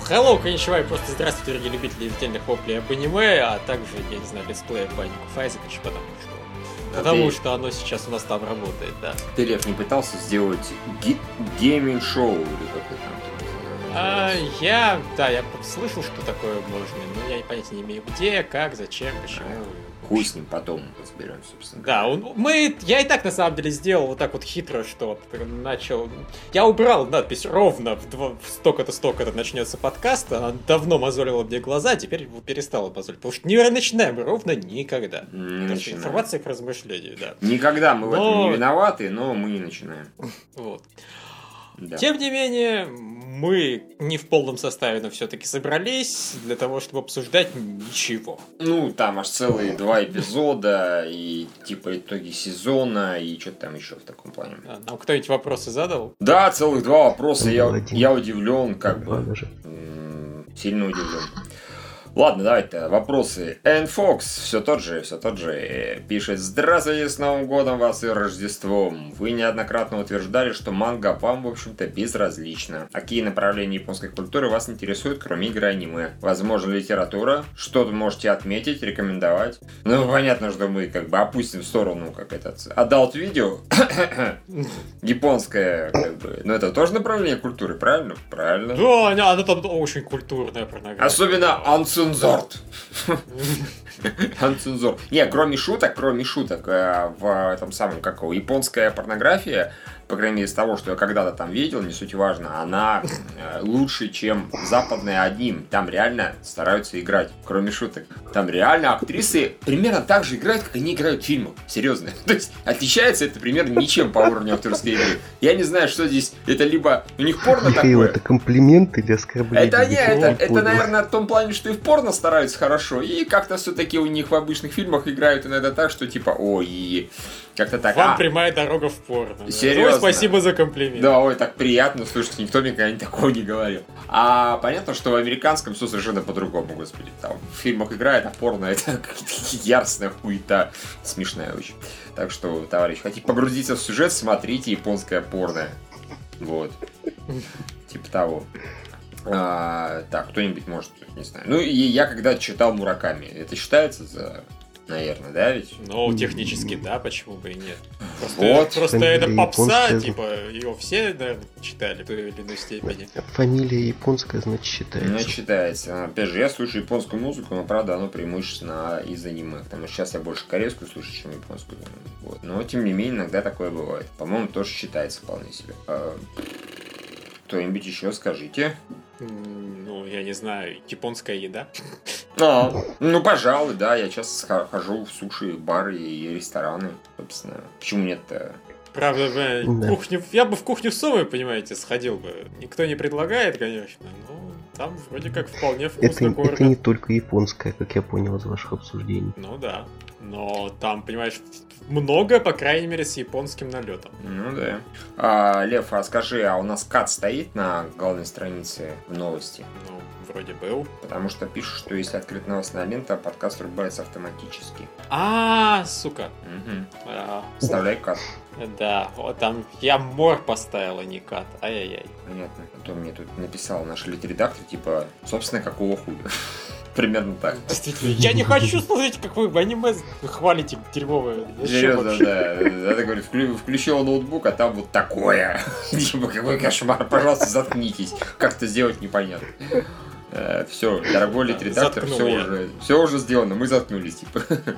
Hello, коничева, и просто здравствуйте, дорогие любители летельных воплей об аниме, а также, я не знаю, летсплея Баннику Файзекача, потому что оно сейчас у нас там работает, да. Ты, Лев, не пытался сделать гейминг-шоу или как это там? Я слышал, что такое можно, но я понятия не имею, где, как, зачем, почему. Хуй с ним, потом разберем, собственно. Да, я и так на самом деле сделал вот так вот хитро, что начал. Я убрал надпись ровно в столько-то начнется подкаст. Она давно мозолила мне глаза, теперь перестала мозолить. Потому что не начинаем ровно никогда. Информация к размышлению, да. Никогда мы в этом не виноваты, но мы не начинаем. Вот. Да. Тем не менее, мы не в полном составе, но все-таки собрались для того, чтобы обсуждать ничего. Ну, там аж целые 2 эпизода, и типа итоги сезона, и что-то там еще в таком плане. Нам кто-нибудь вопросы задал? Да, целых 2 вопроса, я удивлен, как бы. Сильно удивлен. Ладно, давайте вопросы. Fox, все тот же, пишет: здравствуйте, с Новым годом вас и Рождеством. Вы неоднократно утверждали, что манга вам, в общем-то, безразлична. Какие направления японской культуры вас интересуют, кроме игры аниме? Возможно, литература? Что-то можете отметить, рекомендовать? Ну, понятно, что мы как бы опустим в сторону, как этот адалт видео. Японское, как бы. Но это тоже направление культуры, правильно? Правильно. Да, оно там очень культурное порнография. Особенно Uncensored. Uncensored. Не, кроме шуток, в этом самом, как его, японская порнография, по крайней мере, из того, что я когда-то там видел, не суть важно, она лучше, чем западная одним. Там реально стараются играть, кроме шуток. Там реально актрисы примерно так же играют, как они играют в фильмах. Серьезно. То есть, отличается это примерно ничем по уровню актерской игры. Я не знаю, что здесь, это либо у них порно Михаил, такое. Это комплимент или оскорбление? Это, наверное, в том плане, что и в порно стараются хорошо, и как-то все-таки у них в обычных фильмах играют иногда так, что типа, ой, как-то так. Вам прямая дорога в порно. Серьезно? Ой, спасибо за комплимент. Да, ой, так приятно, слушайте, никто мне никогда такого не говорил. А понятно, что в американском все совершенно по-другому, господи. Там в фильмах играет, а порно это яростная хуета, смешная очень. Так что, товарищ, хотите погрузиться в сюжет, смотрите японское порно. Вот. Типа того. Так, кто-нибудь может, не знаю. Ну, и я когда читал Мураками, это считается за... Наверное, да, ведь? Ну, технически, да, почему бы и нет. Просто это попса, типа, его все, наверное, читали в той или иной степени. Фамилия японская, значит, считается. Ну, считается. Опять же, я слушаю японскую музыку, но, правда, оно преимущественно из аниме. Потому что сейчас я больше корейскую слушаю, чем японскую. Вот. Но, тем не менее, иногда такое бывает. По-моему, тоже считается вполне себе. Кто-нибудь еще скажите? Ну, я не знаю, японская еда. Ну, пожалуй, да. Я часто хожу в суши-бары и рестораны, собственно. Почему нет-то? Правда, я бы в кухню Совы, понимаете, сходил бы. Никто не предлагает, конечно, но там вроде как вполне вкусно кормят. Это не только японская, как я понял из ваших обсуждений. Ну да. Но там, понимаешь, много, по крайней мере, с японским налетом. Ну да. Лев, а скажи, а у нас кат стоит на главной странице в новости? Ну, вроде был. Потому что пишут, что если открыть новостная лента, подкаст врубается автоматически. Сука. Вставляй кат. Да, вот там я мор поставил, а не кат. Ай-яй-яй. Понятно. А то мне тут написал наш лид-редактор, типа, собственно, какого хуя. Примерно так. Действительно, я не хочу слушать, как вы аниме хвалите дерьмовое. Серьезно, да. Это говорит, включил ноутбук, а там вот такое. Типа, какой кошмар, пожалуйста, заткнитесь. Как это сделать, непонятно. Все, дорогой лид-редактор, все уже сделано, мы заткнулись, типа.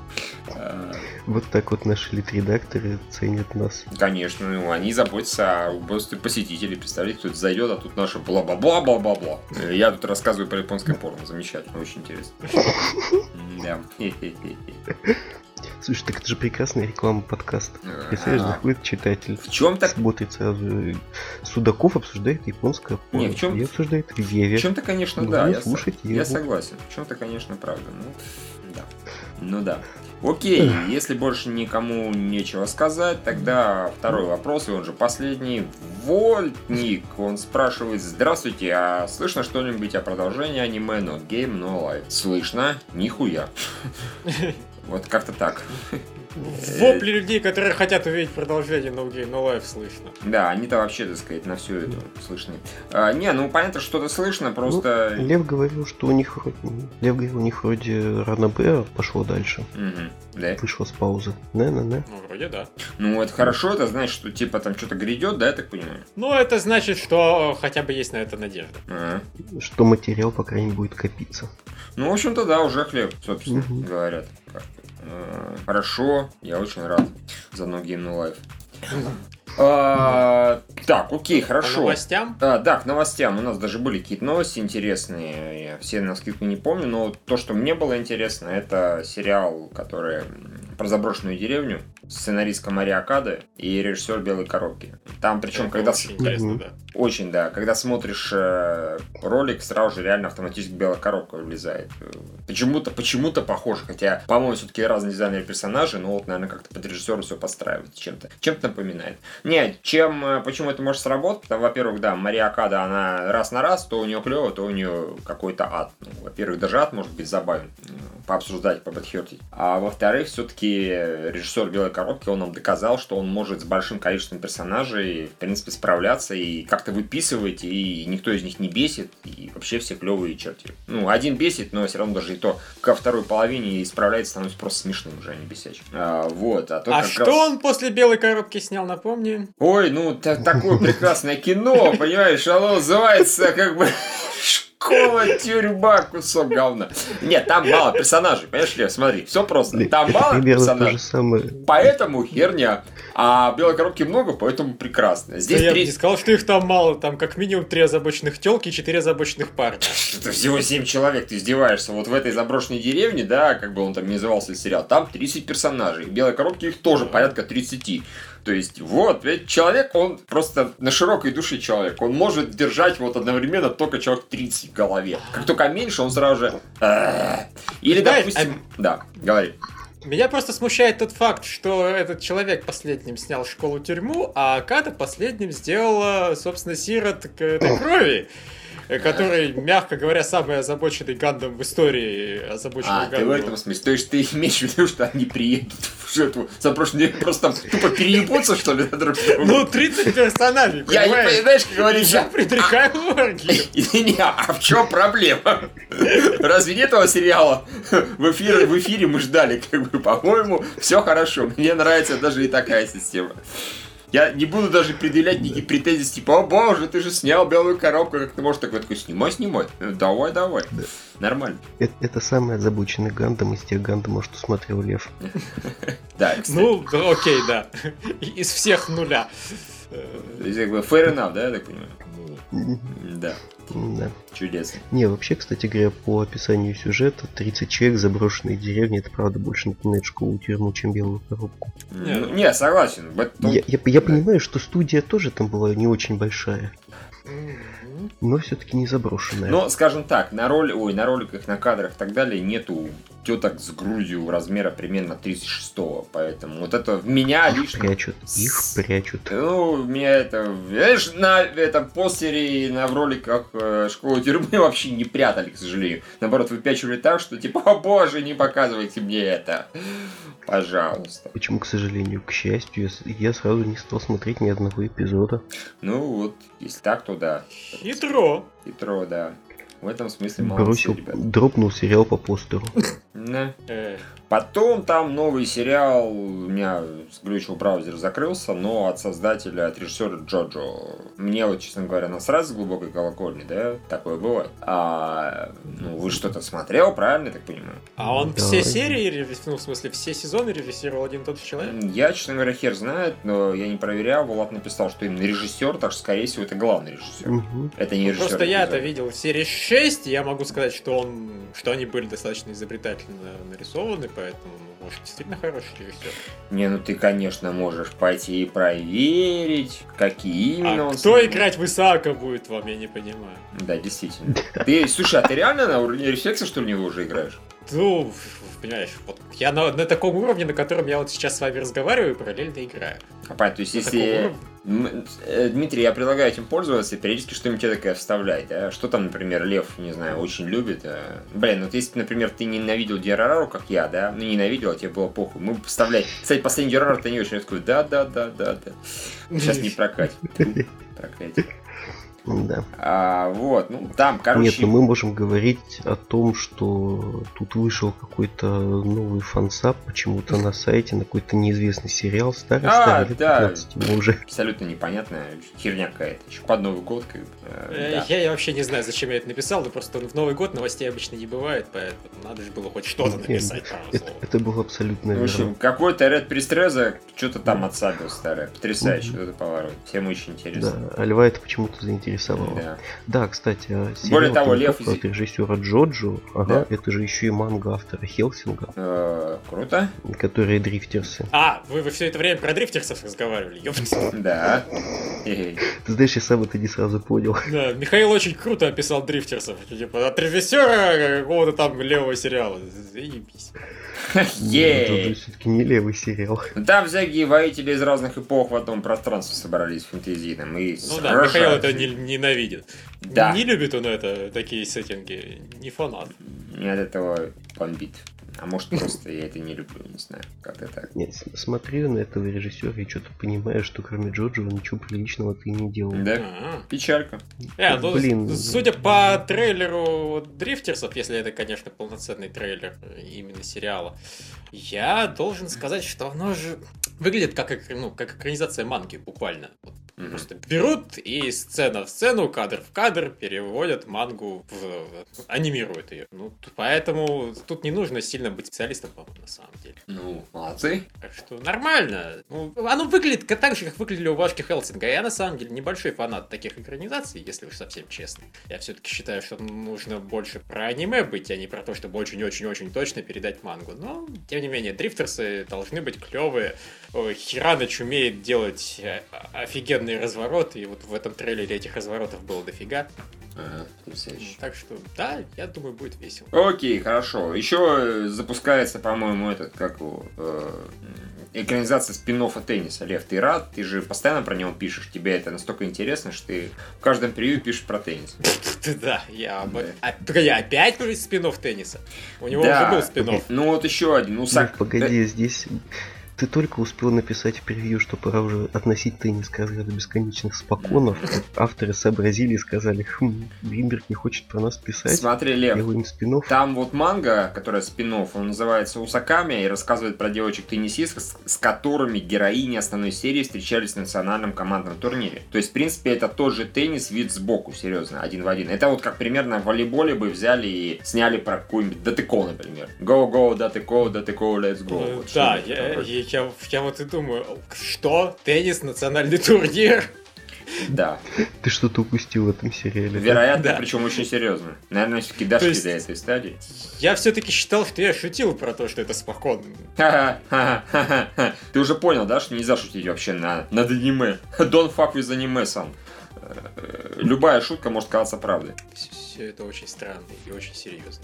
Вот так вот наши лид-редакторы ценят нас. Конечно, ну, они заботятся о удобстве посетителей. Представляете, кто-то зайдет, а тут наше бла-бла-бла-бла-бла-бла. Я тут рассказываю про японское порно, замечательно, очень интересно. Да. Слушай, так это же прекрасная реклама подкаста. Представляешь, заходит читатель. В чем-то... Смотрит сразу. Судаков обсуждает японское порно. Не, в чем... И обсуждает Реве. В чем-то, конечно, да. Я согласен. В чем-то, конечно, правда. Ну да. Окей, если больше никому нечего сказать, тогда второй вопрос, и он же последний. Вольтник, он спрашивает: здравствуйте, а слышно что-нибудь о продолжении аниме No Game No Life? Слышно? Нихуя. Вот как-то так. Вопли людей, которые хотят увидеть продолжение No Game No Life, слышно. Да, они-то вообще, так сказать, на всю эту слышны. Понятно, что-то слышно, просто... Лев говорил, что у них вроде рано Б пошло дальше. Да? Вышло с паузы. Да. Ну, вроде да. Ну, это хорошо, это значит, что типа там что-то грядет, да, я так понимаю? Ну, это значит, что хотя бы есть на это надежда. Что материал, по крайней мере, будет копиться. Ну, в общем-то, да, уже хлеб, собственно, говорят. Хорошо, я очень рад за No Game No Life. Так, окей, хорошо. К новостям? Да, к новостям. У нас даже были какие-то новости интересные. Я все навскидку не помню, но то, что мне было интересно, это сериал, который про заброшенную деревню, сценаристка Мария Акада и режиссер Белой коробки. Там причем, когда... Очень интересно, да. Очень, да. Когда смотришь ролик, сразу же реально автоматически Белая коробка вылезает. Почему-то похоже. Хотя, по-моему, все-таки разные дизайнеры персонажей, но вот, наверное, как-то под режиссера все подстраивает чем-то. Чем-то напоминает. Нет, почему это может сработать? Там, во-первых, да, Мария Акада, она раз на раз, то у нее клево, то у нее какой-то ад. Ну, во-первых, даже ад может быть забавен. Пообсуждать, побадхертить. А во-вторых, все-таки режиссер Белой коробки, он нам доказал, что он может с большим количеством персонажей, в принципе, справляться и как-то выписывать, и никто из них не бесит, и вообще все клевые черти. Ну, один бесит, но все равно даже и то ко второй половине справляется, становится просто смешным уже, а не бесячим. Что он после Белой коробки снял, напомни? Ой, такое прекрасное кино, понимаешь, оно называется как бы... Школа, тюрьма, кусок говна. Нет, там мало персонажей, понимаешь, Лев, смотри, все просто. Там мало персонажей, поэтому херня. А Белой коробки много, поэтому прекрасно. Здесь я бы не сказал, что их там мало. Там как минимум 3 озабоченных тёлки и 4 озабоченных парня. Это всего 7 человек, ты издеваешься. Вот в этой заброшенной деревне, да, как бы он там не назывался сериал, там 30 персонажей. В Белой коробке их тоже порядка 30. То есть, вот, ведь человек, он просто на широкой душе человек. Он может держать вот одновременно только человек 30 в голове. Как только меньше, он сразу же... Или, допустим... Да, говори. Меня просто смущает тот факт, что этот человек последним снял «Школу-тюрьму», а Акада последним сделала, собственно, «Сирот к этой крови», который, мягко говоря, самый озабоченный Гандам в истории озабоченных Гандам. Ты в этом смысле. То есть ты имеешь в виду, что они приедут в жертву заброшенную, просто там тупо переебутся, что ли, на друг друга? Ну, 30 персонажей, понимаешь? Я не знаешь, как говорится... Я предрекаю оргию. Извини, а в чем проблема? Разве нет этого сериала? В эфире мы ждали, как бы, по-моему, все хорошо. Мне нравится даже и такая система. Я не буду даже предъявлять никакие претензии, типа, о боже, ты же снял Белую коробку, как ты можешь такой снимай. Давай. Да. Нормально. Это самый озабоченный Гандам из тех Гандамов, что смотрел Лев. Да, кстати. Ну, окей, да. Из всех нуля. Fair enough, да, я так понимаю? Да. Да. Чудесно. Не, вообще, кстати говоря, по описанию сюжета, 30 человек, заброшенные деревни, это правда больше напоминает школу-тюрьму, чем Белую коробку. Не, согласен. Я понимаю, что студия тоже там была не очень большая. Но все-таки не заброшенная. Но, скажем так, на роликах, на кадрах и так далее нету теток с грудью размера примерно 36-го, поэтому вот это в меня лично... Их прячут. Ну, меня это... Знаешь, на этом постере и в роликах «Школы-тюрьмы» вообще не прятали, к сожалению. Наоборот, выпячивали так, что типа, о боже, не показывайте мне это. Пожалуйста. Почему, к сожалению? К счастью, я сразу не стал смотреть ни одного эпизода. Ну вот, если так, то да. Хитро, да. В этом смысле молодцы, ребята. Дропнул сериал по постеру. Да. Потом там новый сериал, у меня с глючного браузера закрылся, но от создателя, от режиссера Джоджо. Мне вот, честно говоря, насрать с глубокой колокольни, да, такое бывает. Вы что-то смотрел, правильно, я так понимаю? А он все серии, ну, в смысле, все сезоны режиссировал один и тот же человек? Я, честно говоря, хер знает, но я не проверял. Влад написал, что именно режиссер, так что, скорее всего, это главный режиссер. Это не режиссер. Просто я это видел в серии 6, я могу сказать, что они были достаточно изобретательно нарисованы, поэтому, может, действительно хороший режиссер. Не, ну ты, конечно, можешь пойти и проверить, какие именно он... Кто играть в Исаака будет вам, я не понимаю. Да, действительно. Слушай, а ты реально на уровне рефлекса, что ли, него уже играешь? Ну, понимаешь, вот я на таком уровне, на котором я вот сейчас с вами разговариваю, параллельно играю. То есть, если... Дмитрий, я предлагаю этим пользоваться и периодически что-нибудь такое вставлять, да? Что там, например, Лев, не знаю, очень любит. Блин, вот если, например, ты ненавидел Дюрарару, как я, да? Ну, ненавидел, а тебе было похуй. Мы бы поставляли... Кстати, последний Дюрарар ты не очень такой, да. Сейчас не прокатит. Проклятие. Да. Вот, ну там, короче... Нет, но мы можем говорить о том, что тут вышел какой-то новый фансап почему-то на сайте, на какой-то неизвестный сериал, старый, лет 15 ему уже. Абсолютно непонятная херня какая-то, еще под Новый год. Да. Я вообще не знаю, зачем я это написал, но просто в Новый год новостей обычно не бывает, поэтому надо же было хоть что-то написать. Это было абсолютно верно. В общем, какой-то Ред Пристреза что-то там отсадил старое, потрясающий вот этот поворот, всем очень интересно. Да, а Льва это почему-то заинтересовало. Да, кстати, более того, Лев от режиссера Джоджо, это же еще и манга автора Хелсинга. Круто. Которые дрифтерсы. Вы все это время про дрифтерсов разговаривали, ёпта. Да. Ты знаешь, я сам это не сразу понял. Да, Михаил очень круто описал дрифтерсов. Типа от режиссера какого-то там левого сериала. Заебись. Это все-таки не левый сериал. Там всякие воители из разных эпох в одном пространстве собрались фэнтезийном. Ну да, Михаил это ненавидит. Да. Не любит он такие сеттинги. Не фанат. Не от этого бомбит. А может просто я это не люблю, не знаю, как-то так. Нет, смотрю на этого режиссера и что-то понимаю, что кроме Джоджо ничего приличного ты не делал. Да? Печалька. Блин. Судя по трейлеру Дрифтерсов, если это, конечно, полноценный трейлер именно сериала, я должен сказать, что оно же выглядит как экранизация манги, буквально. Просто берут и сцена в сцену, кадр в кадр переводят мангу, анимируют ее. Поэтому тут не нужно сильно быть специалистом, по-моему, на самом деле. Молодцы. Так что нормально. Оно выглядит так же, как выглядели уважки Хелсинга. Я, на самом деле, небольшой фанат таких экранизаций, если уж совсем честно. Я все-таки считаю, что нужно больше про аниме быть, а не про то, чтобы очень-очень-очень точно передать мангу. Но, тем не менее, дрифтерсы должны быть клевые. Хираныч умеет делать офигенные развороты, и вот в этом трейлере этих разворотов было дофига. Так что, да, я думаю, будет весело. Окей, хорошо. Еще запускается, по-моему, экранизация спин-оффа тенниса. Лев, ты рад? Ты же постоянно про него пишешь. Тебе это настолько интересно, что ты в каждом превью пишешь про теннис. Да, я опять спин-офф тенниса. У него уже был спин-офф. Ну вот еще один. Погоди, здесь... Ты только успел написать в превью, что пора уже относить теннис к разряду бесконечных споконов. Авторы сообразили и сказали, Гринберг не хочет про нас писать. Смотри, Лев, делаем спин-офф. Там вот манга, которая спин-офф, он называется Усаками и рассказывает про девочек-теннисисток, с которыми героини основной серии встречались в национальном командном турнире. То есть, в принципе, это тот же теннис, вид сбоку, серьезно, один в один. Это вот как примерно в волейболе бы взяли и сняли про какую-нибудь Датеко, например. Go, Датеко, let's go. Вот да, я вот и думаю, что? Теннис, национальный турнир? Да. Ты что-то упустил в этом сериале. Вероятно, да? Причем очень серьезно. Наверное, все-таки дошли до этой стадии. Я все-таки считал, что я шутил про то, что это спокон. Ты уже понял, да, что нельзя шутить вообще над аниме. Don't fuck with anime, son. Любая шутка может казаться правдой. Все это очень странно и очень серьезно.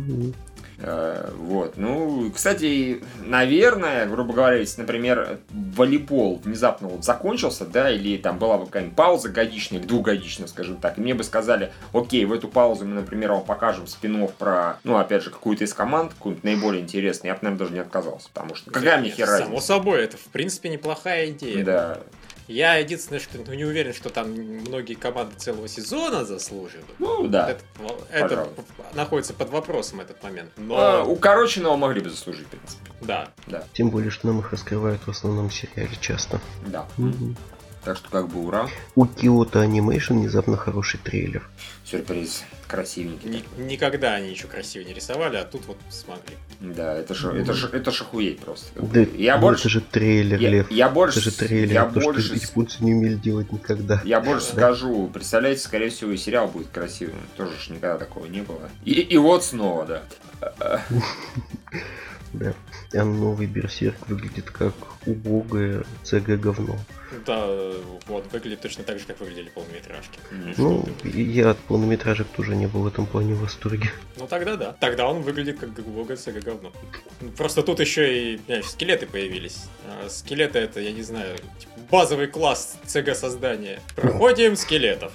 Вот, ну, кстати, наверное, грубо говоря, если, например, волейбол внезапно вот закончился, да, или там была бы какая-нибудь пауза годичная, или двухгодичная, скажем так, и мне бы сказали, окей, в эту паузу мы, например, вам покажем спин-офф про, ну, опять же, какую-то из команд, какую-нибудь наиболее интересную, я бы, наверное, даже не отказался, потому что какая мне хера разница? Само собой, это, в принципе, неплохая идея. Да. Я единственное, что не уверен, что там многие команды целого сезона заслуживают. Ну да. Это находится под вопросом этот момент. Но укороченного могли бы заслужить, в принципе. Да. Тем более, что нам их раскрывают в основном сериале часто. Да. Так что как бы ура. У Kyoto Animation внезапно хороший трейлер. Сюрприз. Красивенький. Никогда они еще красиво не рисовали, а тут вот смогли. Да, это ж охуеть просто. Да, это же трейлер, Лев. Это же трейлер, что японцы не умели делать никогда. Я больше скажу, представляете, скорее всего, и сериал будет красивым. Тоже ж никогда такого не было. И вот снова, да. Да. А новый Берсерк выглядит как убогое ЦГ говно. Да, вот, выглядит точно так же, как выглядели полнометражки. Ну, я от полнометражек тоже не был в этом плане в восторге. Ну тогда да. Тогда он выглядит как убогое ЦГ говно. Просто тут еще и, понимаешь, скелеты появились. Скелеты это, я не знаю, типа, базовый класс ЦГ создания. Проходим скелетов.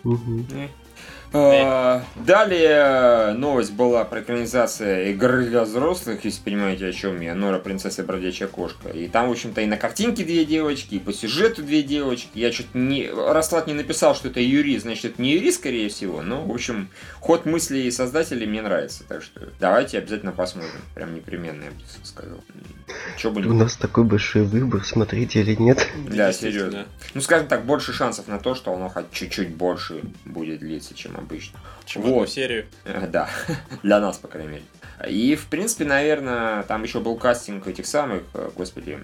Далее новость была про экранизацию игры для взрослых, если понимаете, о чем я. Нора, принцесса и бродячая кошка. И там, в общем-то, и на картинке 2 девочки, и по сюжету 2 девочки. Я что-то не... Расклад не написал, что это юрист, значит, это не юрист, скорее всего. Но, в общем, ход мыслей создателей мне нравится. Так что давайте обязательно посмотрим. Прям непременно, я бы сказал. У нас такой большой выбор, смотреть или нет. Да, серьезно. Ну, скажем так, больше шансов на то, что оно хоть чуть-чуть больше будет длиться, чем обычно. Чем одну серию. Да, для нас, по крайней мере. И, в принципе, наверное, там еще был кастинг этих самых, господи,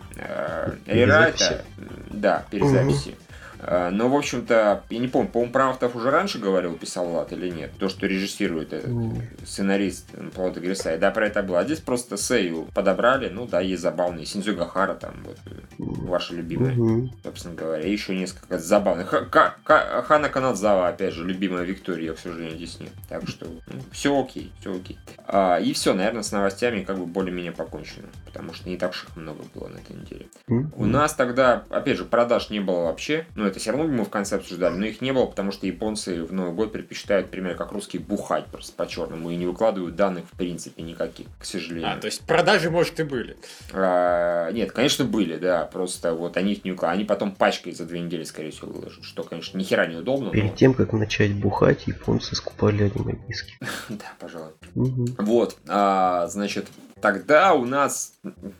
рерайта. Да, перезаписи. Но, в общем-то, я не помню, по-моему, про авторов уже раньше говорил, писал Влад или нет. То, что режиссирует этот сценарист Плода Грисай. Да, про это было. А здесь просто Сэю подобрали. Ну да, есть забавные. Синдзю Хара там, вот, ваши любимые, собственно говоря. И еще несколько забавных. Хана Канадзава, опять же, любимая Виктория, к сожалению, здесь нет. Так что, все окей, все окей. И все, наверное, с новостями как бы более-менее покончено. Потому что не так уж их много было на этой неделе. У нас тогда, опять же, продаж не было вообще. Ну, это все равно мы в конце обсуждали, но их не было, потому что японцы в Новый год предпочитают, например, как русские, бухать просто по-черному и не выкладывают данных в принципе никаких, к сожалению. То есть продажи, может, и были? Нет, конечно, были, да, просто вот они их не выкладывают. Они потом пачкой за 2 недели, скорее всего, выложат, что, конечно, ни хера не удобно. Перед тем, как начать бухать, японцы скупали аниме-диски. Да, пожалуй. Вот, значит... Тогда у нас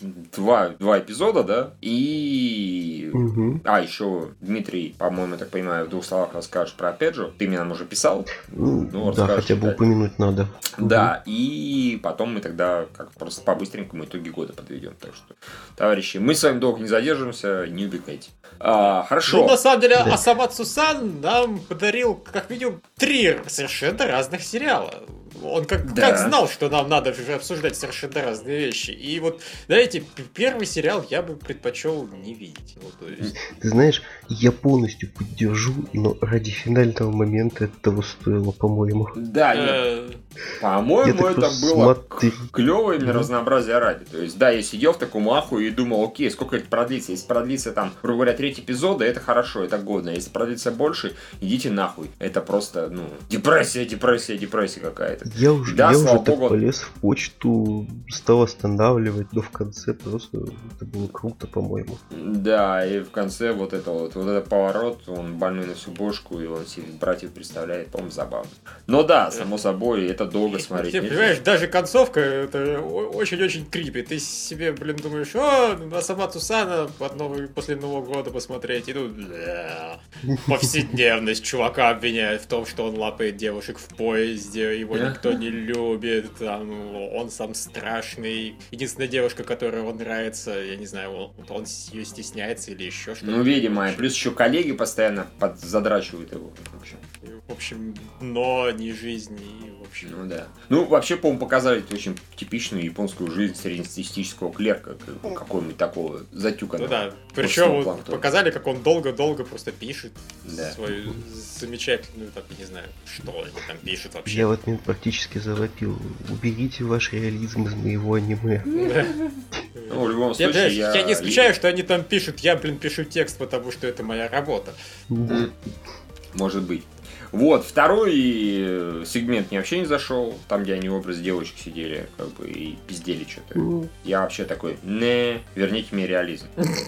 2 эпизода, да, и... еще Дмитрий, по-моему, я так понимаю, в 2 словах расскажешь про Арпеджио. Ты мне нам уже писал. Да, хотя бы упомянуть надо. Да, и потом мы тогда как просто по-быстренькому итоги года подведем. Так что, товарищи, мы с вами долго не задержимся, не убегайте. Хорошо. Ну, на самом деле, Асамацу-сан нам подарил, как видим, 3 совершенно разных сериала. Он как знал, что нам надо обсуждать совершенно разные вещи. И вот, знаете, первый сериал я бы предпочел не видеть. Ну, то есть... Ты знаешь, я полностью поддержу, но ради финального момента это того стоило, по-моему. Да, по-моему, это было клево именно разнообразие ради. То есть, да, я сидел в таком ахуе и думал, окей, сколько это продлится? Если продлится там, грубо говоря, 3 эпизода, это хорошо, это годно. Если продлится больше, идите нахуй. Это просто, депрессия какая-то. Я уже так полез в почту, стал останавливать, но в конце просто это было круто, по-моему. Да, и в конце вот этот поворот, он больной на всю бошку, и он себе братьев представляет, по-моему, забавно. Но да, само собой, это долго смотреть. Ты понимаешь, даже концовка, это очень-очень крипи. Ты себе, думаешь, Асамацу-сана после Нового года посмотреть, и повседневность чувака обвиняют в том, что он лапает девушек в поезде, его никто не любит, он сам страшный. Единственная девушка, которая он нравится, я не знаю, он ее стесняется или еще что-то. Ну, видимо, и плюс еще коллеги постоянно задрачивают его. В общем, но не жизнь, и в общем... Ну да. Ну, вообще, по-моему, показали очень типичную японскую жизнь среднестатистического клерка, какого-нибудь такого затюканного. Ну да, причем показали, как он долго-долго просто пишет свою замечательную, я не знаю, что они там пишут вообще. Я в этот момент практически завопил. Уберите ваш реализм из моего аниме. Ну, в любом случае, я не исключаю, что они там пишут, я, пишу текст, потому что это моя работа. Может быть. Вот, второй сегмент мне вообще не зашел, там, где они в образе девочек сидели, и пиздели что-то. Я вообще такой, верните мне реализм.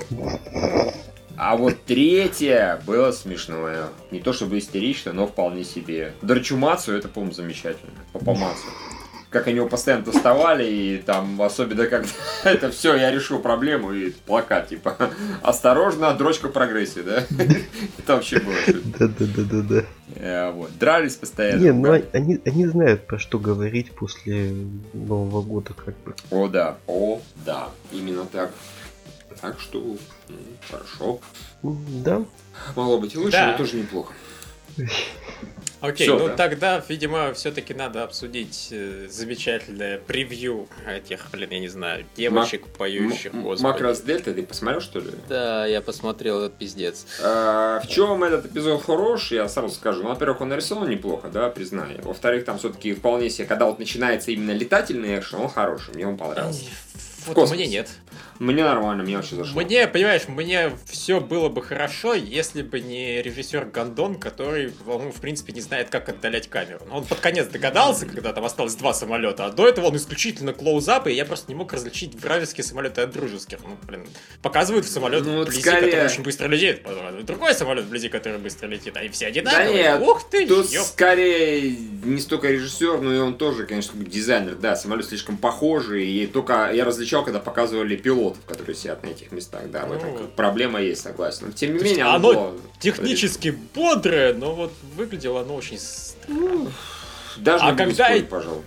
А вот третье было смешное. Не то чтобы истерично, но вполне себе. Дарчумацу, это, по-моему, замечательно. Папамацу. Как они его постоянно доставали, и там, особенно когда это все, я решу проблему, и плакат, типа, осторожно, дрочка в прогрессе, да? Это вообще было. Да. Вот, дрались постоянно. Не, ну они знают, про что говорить после Нового года, как бы. О, да, именно так. Так что, хорошо. Да. Могло быть и лучше, но тоже неплохо. Окей, Всё, ну да? тогда, видимо, все-таки надо обсудить замечательное превью этих, я не знаю, девочек, поющих, господи. Макрос Дельта, ты посмотрел, что ли? Да, я посмотрел этот пиздец. В чем этот эпизод хорош, я сразу скажу. Ну, во-первых, он нарисован неплохо, да, признаю. Во-вторых, там все-таки вполне себе, когда вот начинается именно летательный экшен, он хороший, мне он понравился. Вот мне нет. Мне нормально, мне вообще зашло. Мне, понимаешь, мне все было бы хорошо, если бы не режиссер Гондон, который, ну, в принципе, не знает, как отдалять камеру. Он под конец догадался, когда там осталось 2 самолета, а до этого он исключительно клоузап, и я просто не мог различить вражеские самолеты от дружеских. Ну, блин, показывают самолет вблизи, который очень быстро летит, другой самолет вблизи, который быстро летит, они все одинаковые. Да нет, ух ты, тут скорее не столько режиссер, но и он тоже, конечно, дизайнер. Да, самолет слишком похожий, и только я различал, когда показывали пилотов, которые сидят на этих местах, да, в этом проблема есть, согласен. Но, тем не менее, оно технически бодрое, но вот выглядело оно очень странно. Даже не буду спорить, пожалуй.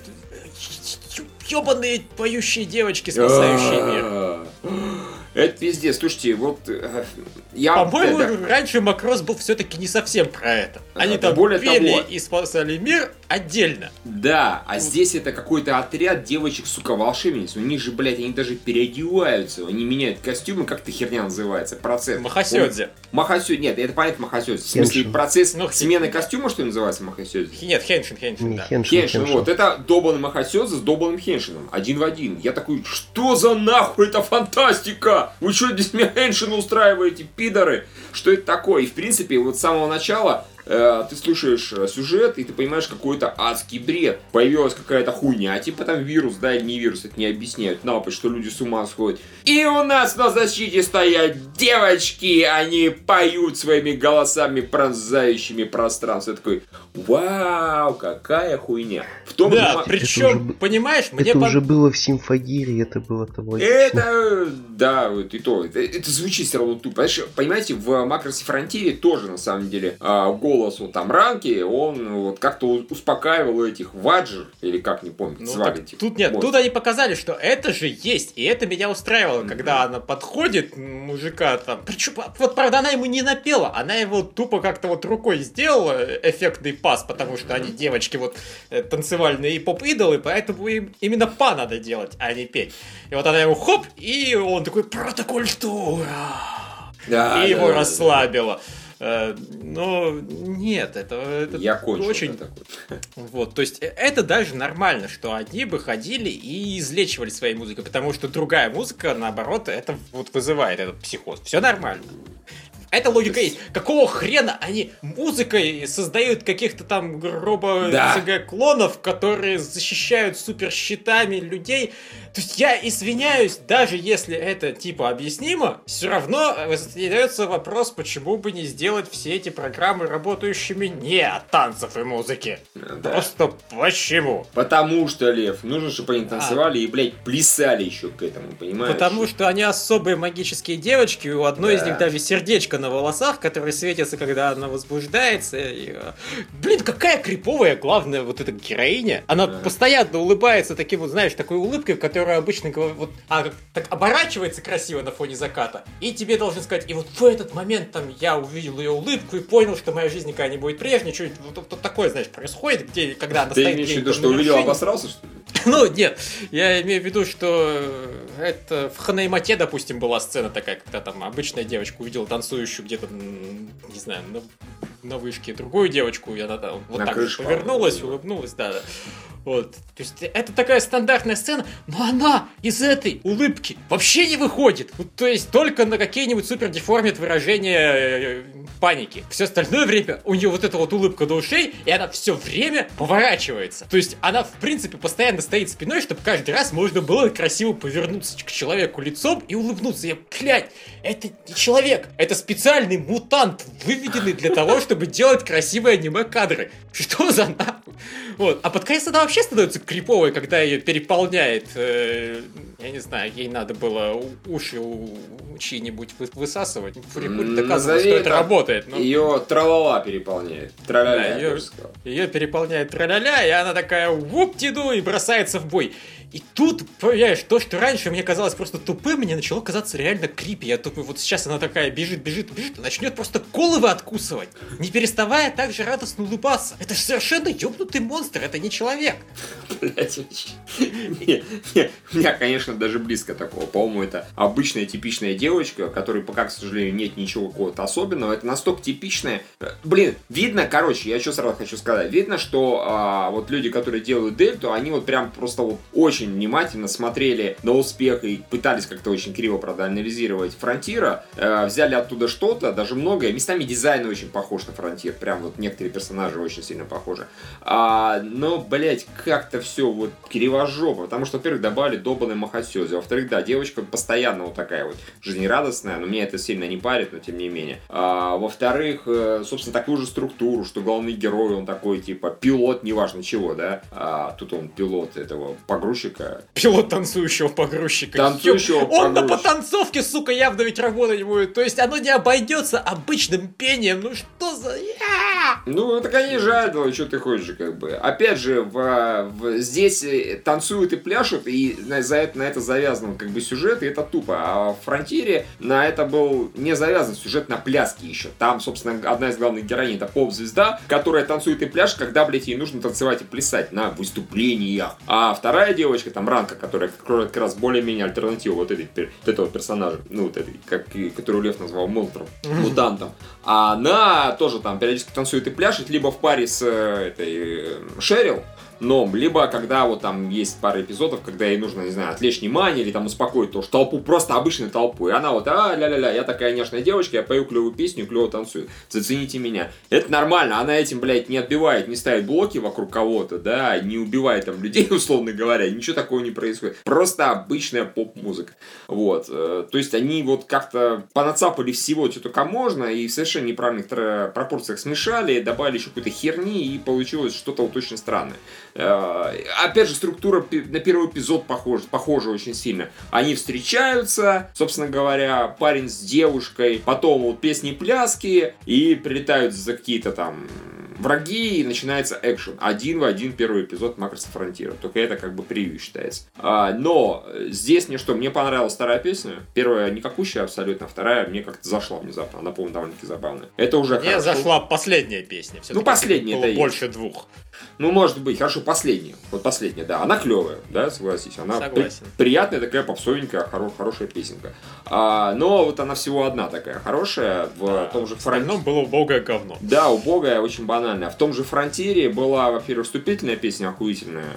Ёбаные поющие девочки, спасающие мир. Это везде. Слушайте, вот я... По-моему, раньше Макрос был все-таки не совсем про это. Они там пели и спасали мир отдельно. Да, а здесь это какой-то отряд девочек, сука, волшебниц. У них же, блядь, они даже переодеваются. Они меняют костюмы, как эта херня называется, процесс. Махасёдзе. Махасёдзе, нет, это понятно Махасёдзе. В смысле, процесс смены костюма, что называется Махасёдзе? Нет, Хеншин, да. Хеншин, вот. Это долбанный Махасёдзе с долбанным Хеншином. 1 в 1. Я такой, что за нахуй это фантастика? Вы что здесь меня Хеншина устраиваете, пидоры? Что это такое? И в принципе, вот с самого начала ты слушаешь сюжет, и ты понимаешь какой-то адский бред. Появилась какая-то хуйня, типа там вирус, да, или не вирус, это не объясняют. Напад, что люди с ума сходят. И у нас на защите стоят девочки, они поют своими голосами, пронзающими пространство. Я такой, вау, какая хуйня. В том да, причем, понимаешь, мне... Это уже было в Симфагире, это было того. Это, да, вот и то. Это звучит все равно тупо. Понимаете, в Макросе Фронтире тоже, на самом деле, голос вот там Ранки, он вот как-то успокаивал этих Ваджер, или как, не помню, звали этих. Тут нет, тут они показали, что это же есть, и это меня устраивало, когда она подходит, мужика там, причем, вот правда, она ему не напела, она его тупо как-то вот рукой сделала, эффектный пас, потому что они девочки вот танцевальные и поп-идолы, поэтому им именно па надо делать, а не петь. И вот она ему хоп, и он такой, протокультура, да, и его расслабила. Но нет, это я кончил, очень... Вот, то есть это даже нормально, что они бы ходили и излечивали своей музыкой, потому что другая музыка, наоборот, это вот вызывает этот психоз. Все нормально. Эта логика есть. Какого хрена они музыкой создают каких-то там робо-ЦГ-клонов, которые защищают суперщитами людей? То есть я извиняюсь, даже если это типа объяснимо, все равно задается вопрос, почему бы не сделать все эти программы работающими не от танцев и музыки. Да. Просто почему? Потому что, Лев, нужно, чтобы они танцевали и, блядь, плясали еще к этому, понимаешь? Потому что они особые магические девочки, у одной из них даже сердечко на волосах, которые светятся, когда она возбуждается. И... Блин, какая криповая, главная вот эта героиня. Она постоянно улыбается таким вот, знаешь, такой улыбкой, в которой обычно вот, так оборачивается красиво на фоне заката. И тебе должен сказать, и вот в этот момент там я увидел ее улыбку и понял, что моя жизнь никогда не будет прежней. Что-нибудь вот такое, знаешь, происходит, где, когда она стоит... Ты имеешь в виду, что увидел, обосрался, что ли? Ну, нет, я имею в виду, что это в Ханаймате, допустим, была сцена такая, когда там обычная девочка увидела танцующую где-то, не знаю, на вышке другую девочку, и она там вот на так крыше повернулась, улыбнулась, да. Вот. То есть это такая стандартная сцена, но она из этой улыбки вообще не выходит. Вот, то есть только на какие-нибудь супер деформит выражения паники. Все остальное время у нее вот эта вот улыбка до ушей, и она все время поворачивается. То есть она, в принципе, постоянно стоит спиной, чтобы каждый раз можно было красиво повернуться к человеку лицом и улыбнуться. Я, блядь, это не человек, это специальный мутант, выведенный для того, чтобы делать красивые аниме-кадры. Что за нахуй? Вот. А под конец она вообще становится криповой, когда ее переполняет. Я не знаю, ей надо было уши у чьи-нибудь высасывать. Фурикуль доказывал, что это работает. Но... Ее тралала переполняет. Траля-ля, ее переполняет траля-ля, и она такая вуп-тиду и бросается в бой. И тут, понимаешь, то, что раньше мне казалось просто тупым, мне начало казаться реально крипи. Я тупой, вот сейчас она такая бежит, и начнет просто головы откусывать, не переставая так же радостно улыбаться. Это же совершенно ёбнутый монстр, это не человек. Блять, у меня, конечно, даже близко такого. По-моему, это обычная типичная девочка, которой пока, к сожалению, нет ничего какого-то особенного. Это настолько типичная. Блин, видно, короче, я что сразу хочу сказать. Видно, что вот люди, которые делают Дельту, они вот прям просто вот очень внимательно смотрели на успех и пытались как-то очень криво проанализировать Фронтира. Взяли оттуда что-то, даже многое. Местами дизайн очень похож на Фронтир. Прям вот некоторые персонажи очень сильно похожи. Но, блять, как-то все вот кривожово. Потому что, во-первых, добавили долбаный Махасёзи. Во-вторых, да, девочка постоянно вот такая вот жизнерадостная, но меня это сильно не парит, но тем не менее. Во-вторых, собственно, такую же структуру, что главный герой, он такой, типа, пилот, неважно чего, да. Тут он пилот этого погрузчика. Пилот танцующего погрузчика. Он на потанцовке, сука, явно ведь работать будет. То есть оно не обойдется обычным пением. Ну что за... Ну, так они жадные, что ты хочешь, как бы. Опять же, здесь танцуют и пляшут, и на это завязан как бы сюжет, и это тупо. А в Фронтире на это был не завязан сюжет на пляске еще. Там, собственно, одна из главных героинь — это поп-звезда, которая танцует и пляшет, когда, блядь, ей нужно танцевать и плясать на выступлениях. А вторая девочка, там, Ранка, которая как раз более-менее альтернатива вот этого персонажа, ну, вот этой, которую Лев назвал монстром, мутантом. А она тоже там периодически танцует и пляшет, либо в паре с этой Шерил, но либо когда вот там есть пара эпизодов, когда ей нужно, не знаю, отвлечь внимание или там успокоить тоже толпу, просто обычную толпу. И она вот, ля-ля-ля, я такая нежная девочка, я пою клевую песню, клево танцую. Зацените меня. Это нормально, она этим, блядь, не отбивает, не ставит блоки вокруг кого-то, да, не убивает там людей, условно говоря, ничего такого не происходит. Просто обычная поп-музыка. Вот. То есть они вот как-то понацапали всего, что только можно, и в совершенно неправильных пропорциях смешали, добавили еще какой-то херни, и получилось что-то вот очень странное. Опять же, структура на первый эпизод похожа очень сильно. Они встречаются, собственно говоря, парень с девушкой, потом вот песни и пляски, и прилетают за какие-то там враги, и начинается экшен. Один в один первый эпизод Макроса Фронтира. Только это как бы превью считается. Но здесь мне понравилась вторая песня. Первая никакущая абсолютно, вторая мне как-то зашла внезапно. Она, по-моему, довольно-таки забавная. Это уже мне хорошо. Зашла последняя песня. Ну, последняя, было больше двух. Ну, может быть, хорошо, последняя. Вот последняя, да. Она клевая, да, согласись. Она приятная, такая попсовенькая, хорошая песенка. Но вот она всего одна такая хорошая. В том же в остальном было убогое говно. Да, убогое, очень банальное. В том же Фронтире была, во-первых, вступительная песня охуительная.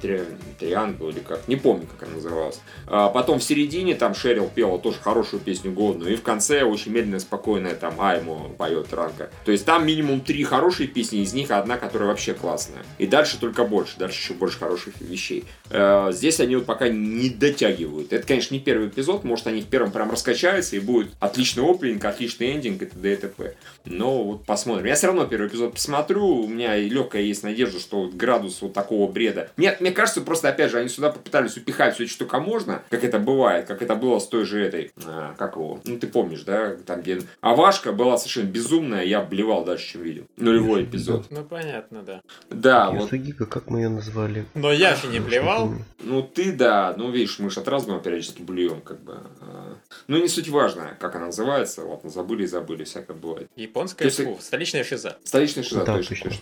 Триангл или как. Не помню, как она называлась. Потом в середине там Шерил пела тоже хорошую песню годную. И в конце очень медленная, спокойная там Айму поет Ранка. То есть там минимум 3 хорошие песни, из них одна, которая вообще классная. И дальше только больше. Дальше еще больше хороших вещей. Здесь они вот пока не дотягивают. Это, конечно, не первый эпизод. Может, они в первом прям раскачаются и будет отличный опенинг, отличный эндинг и т.д. и т.п. Но вот посмотрим. Я все равно первый эпизод посмотрю. У меня легкая есть надежда, что вот градус вот такого бреда. Мне кажется, просто, опять же, они сюда попытались упихать все, что только можно. Как это бывает. Как это было с той же этой... как его? Ну, ты помнишь, да? Там, где Авашка была совершенно безумная. Я блевал дальше, чем видел. Нулевой эпизод. Ну, понятно, да. Да, Юсугика, как мы ее назвали? Но я же не блевал. Ну, ты, да. Ну, видишь, мы же от разного периодически блюем, как бы. Ну, не суть важная, как она называется. Ладно, забыли, всякое бывает. Японская, столичная шиза. Столичная шиза, да, точно.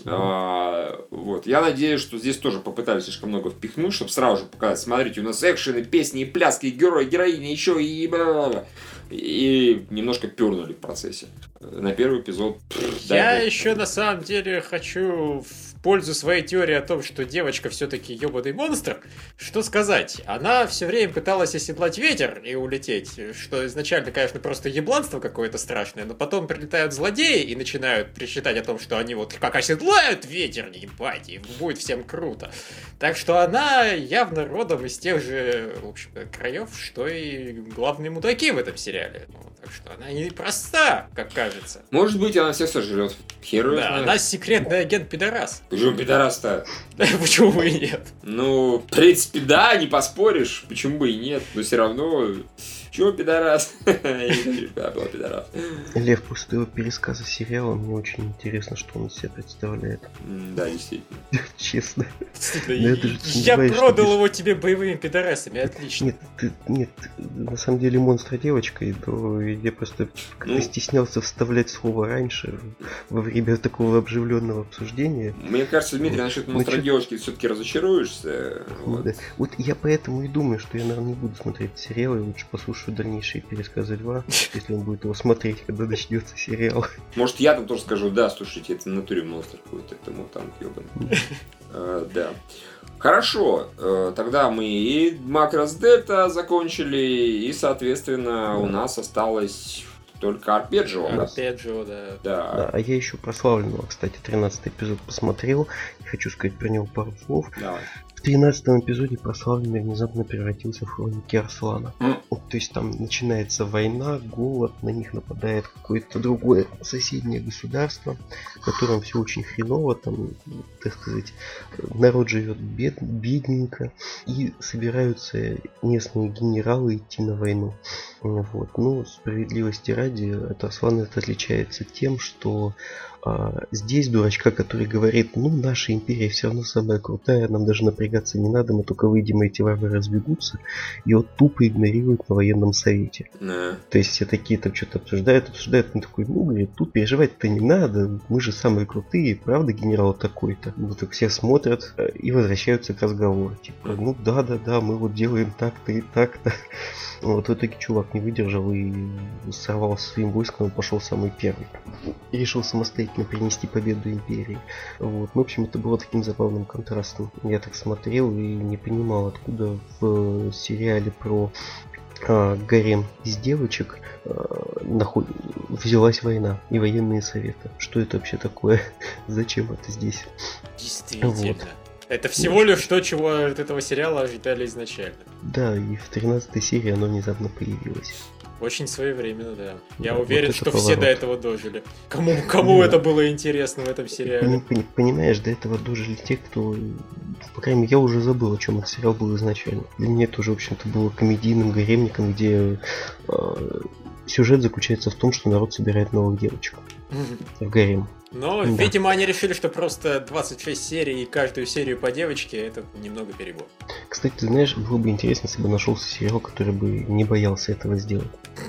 Вот. Я надеюсь, что здесь тоже попытались слишком много впихнуть, чтобы сразу же показать. Смотрите, у нас экшены, песни, и пляски, герои, героини, еще и... И немножко пернули в процессе. На первый эпизод... Я еще на самом деле хочу в пользу своей теории о том, что девочка все-таки ебаный монстр. Что сказать? Она все время пыталась оседлать ветер и улететь, что изначально, конечно, просто ебланство какое-то страшное, но потом прилетают злодеи и начинают причитать о том, что они вот как оседлают ветер, ебать, и будет всем круто. Так что она явно родом из тех же, в общем-то, краев, что и главные мудаки в этом сериале. Так что она не проста, как кажется. Может быть, она всех сожрет. Херу. Да, она секретный агент-пидорас. Почему пидорас-то? Почему бы и нет? Ну, в принципе, да, не поспоришь. Почему бы и нет? Но все равно... Чего, пидорас? Я не хочу, когда был пидорас. Лев, после твоего пересказа сериала мне очень интересно, что он из себя представляет. Да, действительно. Честно. Я продал его тебе боевыми пидорасами, отлично. Нет, на самом деле монстр девочка, то я просто стеснялся вставлять слово раньше, во время такого обживленного обсуждения. Мне кажется, Дмитрий, насчет монстра девочки все-таки разочаруешься. Вот я поэтому и думаю, что я, наверное, не буду смотреть сериал, и лучше послушаю дальнейшие пересказы Льва, если он будет его смотреть, когда начнется сериал. Может, я там тоже скажу, да, слушайте, это в натуре монстр какой-то, это мутант, ёбаный. Да. Хорошо, тогда мы и Макрос Дельта закончили, и, соответственно, у нас осталось только Арпеджио. Арпеджио, да. А я еще прославленного, кстати, 13-й эпизод посмотрел, и хочу сказать про него пару слов. Давай. В 13-м эпизоде прославленный внезапно превратился в хроники Арслана. То есть там начинается война, голод, на них нападает какое-то другое соседнее государство, в котором все очень хреново, там, так сказать, народ живет бедненько, и собираются местные генералы идти на войну. Вот. Но справедливости ради, от Арслана это отличается тем, что здесь дурачка, который говорит, ну, наша империя все равно самая крутая, нам даже напрягаться не надо, мы только выйдем, и эти варвары разбегутся, и вот тупо игнорируют на военном совете. То есть все такие там что-то обсуждают, он такой, ну, говорит, тут переживать-то не надо, мы же самые крутые, правда, генерал такой-то? Вот так все смотрят и возвращаются к разговору, типа, ну, да, мы вот делаем так-то и так-то. Вот в итоге чувак не выдержал и сорвался своим войском, пошел самый первый. И решил самостоятельно принести победу империи. Вот. Ну, в общем, это было таким забавным контрастом. Я так смотрел и не понимал, откуда в сериале про гарем из девочек взялась война и военные советы. Что это вообще такое? Зачем это здесь? Действительно. Вот. Это всего лишь то, чего от этого сериала ожидали изначально. Да, и в 13-й серии оно внезапно появилось. Очень своевременно, да. Я уверен, что все до этого дожили. Кому это было интересно в этом сериале? Понимаешь, до этого дожили те, кто... По крайней мере, я уже забыл, о чем этот сериал был изначально. Для меня это уже, в общем-то, было комедийным гаремником, где сюжет заключается в том, что народ собирает новых девочек в гарем. Но, видимо, они решили, что просто 26 серий и каждую серию по девочке — это немного перебор. Кстати, ты знаешь, было бы интересно, если бы нашелся сериал, который бы не боялся этого сделать.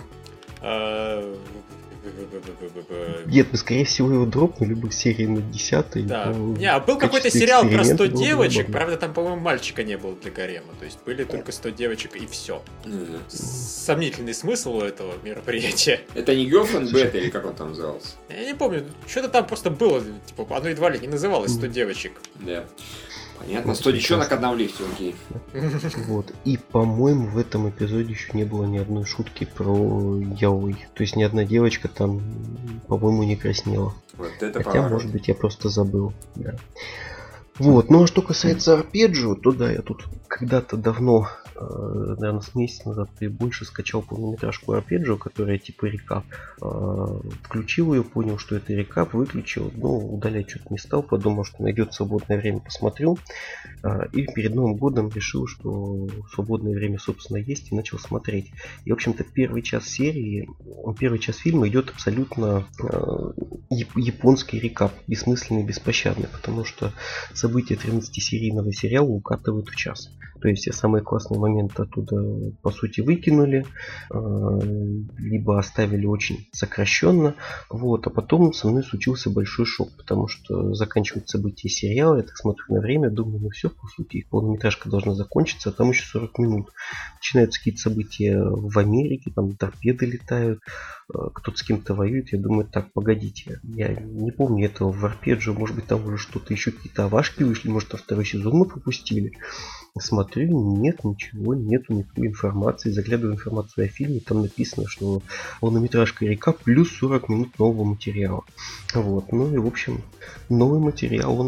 Нет, мы, скорее всего, его дропнули бы в серии на 10-й. Да. Был какой-то сериал про 100 девочек, правда, там, по-моему, мальчика не было для гарема. То есть были только 100 девочек и все. Сомнительный смысл у этого мероприятия. Это не Girlfriend Beta или как он там назывался? Я не помню, что-то там просто было, типа, оно едва ли не называлось 100 девочек. Да. Понятно, 100 девчонок одна в лифте, окей. Вот. И, по-моему, в этом эпизоде еще не было ни одной шутки про яой. То есть ни одна девочка там, по-моему, не краснела. Вот это хотя, поворот. Может быть, я просто забыл. Да. Вот. Ну а что касается Арпеджио, то да, я тут когда-то давно, наверное, с месяца назад и больше скачал полнометражку Арпеджио, которая типа рекап. Включил ее, понял, что это рекап, выключил, но удалять что-то не стал, подумал, что найдет свободное время, посмотрю. И перед Новым годом решил, что свободное время, собственно, есть, и начал смотреть. И, в общем-то, первый час фильма идет абсолютно японский рекап, бессмысленный, беспощадный, потому что события 13-серийного сериала укатывают в час. То есть все самые классные моменты оттуда, по сути, выкинули, либо оставили очень сокращенно. Вот. А потом со мной случился большой шок, потому что заканчивают события сериала, я так смотрю на время, думаю, ну все, по сути, их полнометражка должна закончиться, а там еще 40 минут. Начинаются какие-то события в Америке, там торпеды летают, кто-то с кем-то воюет. Я думаю, так, погодите, я не помню этого в Арпеджио, может быть, там уже что-то еще, какие-то овашки вышли, может, там второй сезон мы пропустили. Смотрю, нет, ничего, нету никакой информации. Заглядываю в информацию о фильме, там написано, что полнометражка рекап плюс 40 минут нового материала. Вот, ну и в общем, новый материал, он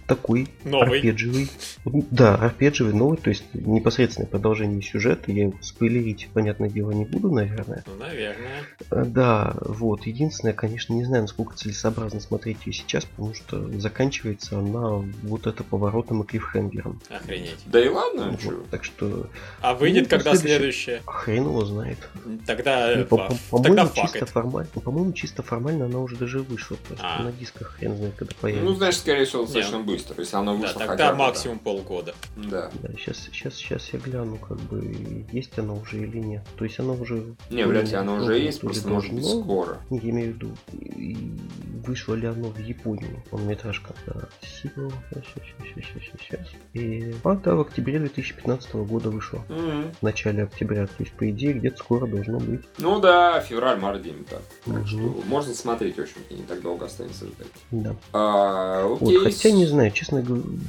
такой новый. Арпеджевый. Да, арпеджевый, новый, то есть непосредственное продолжение сюжета. Я его спойлерить, понятное дело, не буду, наверное. Ну, наверное. Да, вот. Единственное, конечно, не знаю, насколько целесообразно смотреть ее сейчас, потому что заканчивается она вот это поворотом и клиффхенгером. Охренеть. Да и ладно, Вот, так что... А выйдет когда следующее? Хрен его знает. Тогда по-моему, чисто формально она уже даже вышла. Просто на дисках хрен знает, когда появится. Ну, знаешь, скорее всего, достаточно быстро. Если оно вышло тогда максимум полгода. Да. Сейчас я гляну, как бы, есть оно уже или нет. То есть оно уже... Не, вряд ли оно уже есть, просто может быть скоро. Я имею в виду, вышло ли оно в Японии, полнометражка. Сейчас. Да, в октябре 2015 года вышло. В начале октября, то есть, по идее, где-то скоро должно быть. Ну да, февраль-март где-нибудь так. Так что можно смотреть, в общем-то, не так долго останется ждать. Да. Окей. Вот, хотя не знаю, честно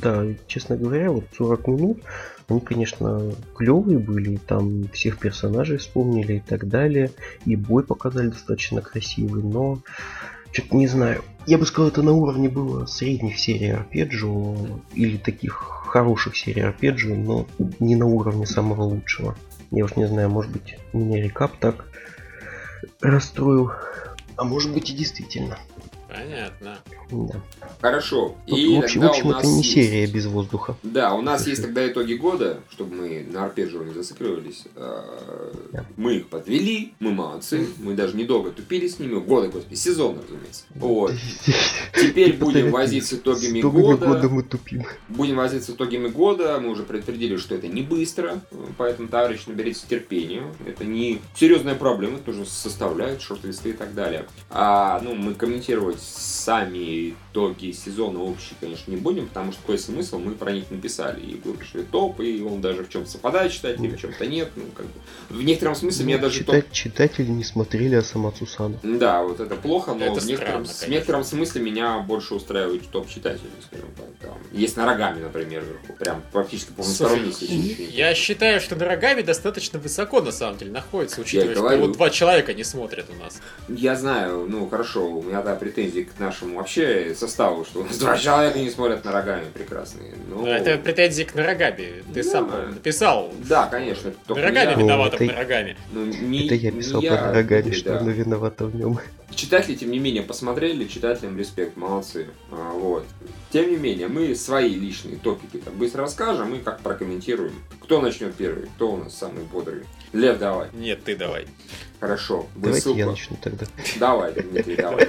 говоря, вот 40 минут, они, конечно, клевые были, там всех персонажей вспомнили и так далее, и бой показали достаточно красивый, но что-то не знаю. Я бы сказал, это на уровне было средних серий арпеджио или таких хороших серий арпеджио, но не на уровне самого лучшего. Я уж не знаю, может быть, меня рекап так расстроил, а может быть и действительно. Понятно. Да. Хорошо. И в общем, это не серия без воздуха. Да, у нас есть тогда итоги года, чтобы мы на арпеджио не зацикливались. Да. Мы их подвели, мы молодцы, мы даже недолго тупили с ними. Года, господи, сезон, разумеется. Вот. Теперь будем возиться с итогами года. Мы тупим. Будем возиться с итогами года. Мы уже предупредили, что это не быстро, поэтому, товарищи, наберитесь терпения. Это не серьезная проблема, это тоже составляет шорт-листы и так далее. Мы комментировать сами итоги сезона общие, конечно, не будем, потому что какой смысл, мы про них написали и выпустили топ, и он даже в чем-то совпадает читателям, в чем-то нет. В некотором смысле меня даже читатели не смотрели Осамацу Сана. Да, вот это плохо, но это в некотором смысле меня больше устраивает топ читателей, скажем так. Там. Есть Нарагами, например, вверху, прям практически полносторонний. Я считаю, что Нарагами достаточно высоко на самом деле находится, учитывая, что его 2 человека не смотрят у нас. Я знаю, хорошо, у меня претензии к нашему вообще составу, что у нас 2 человека не смотрят Нарагами прекрасные. Это претензии к Нарагами. Ты сам написал. Да, конечно. Нарагами виновата в Нарагами. Это я писал про Нарагами, что она виновата в нем. Читатели, тем не менее, посмотрели, читателям респект, молодцы. Вот. Тем не менее, мы свои личные топики так быстро расскажем и как прокомментируем. Кто начнет первый? Кто у нас самый бодрый? Лев, давай. Нет, ты давай. Хорошо. Давайте я начну тогда. Давай, Дмитрий, давай.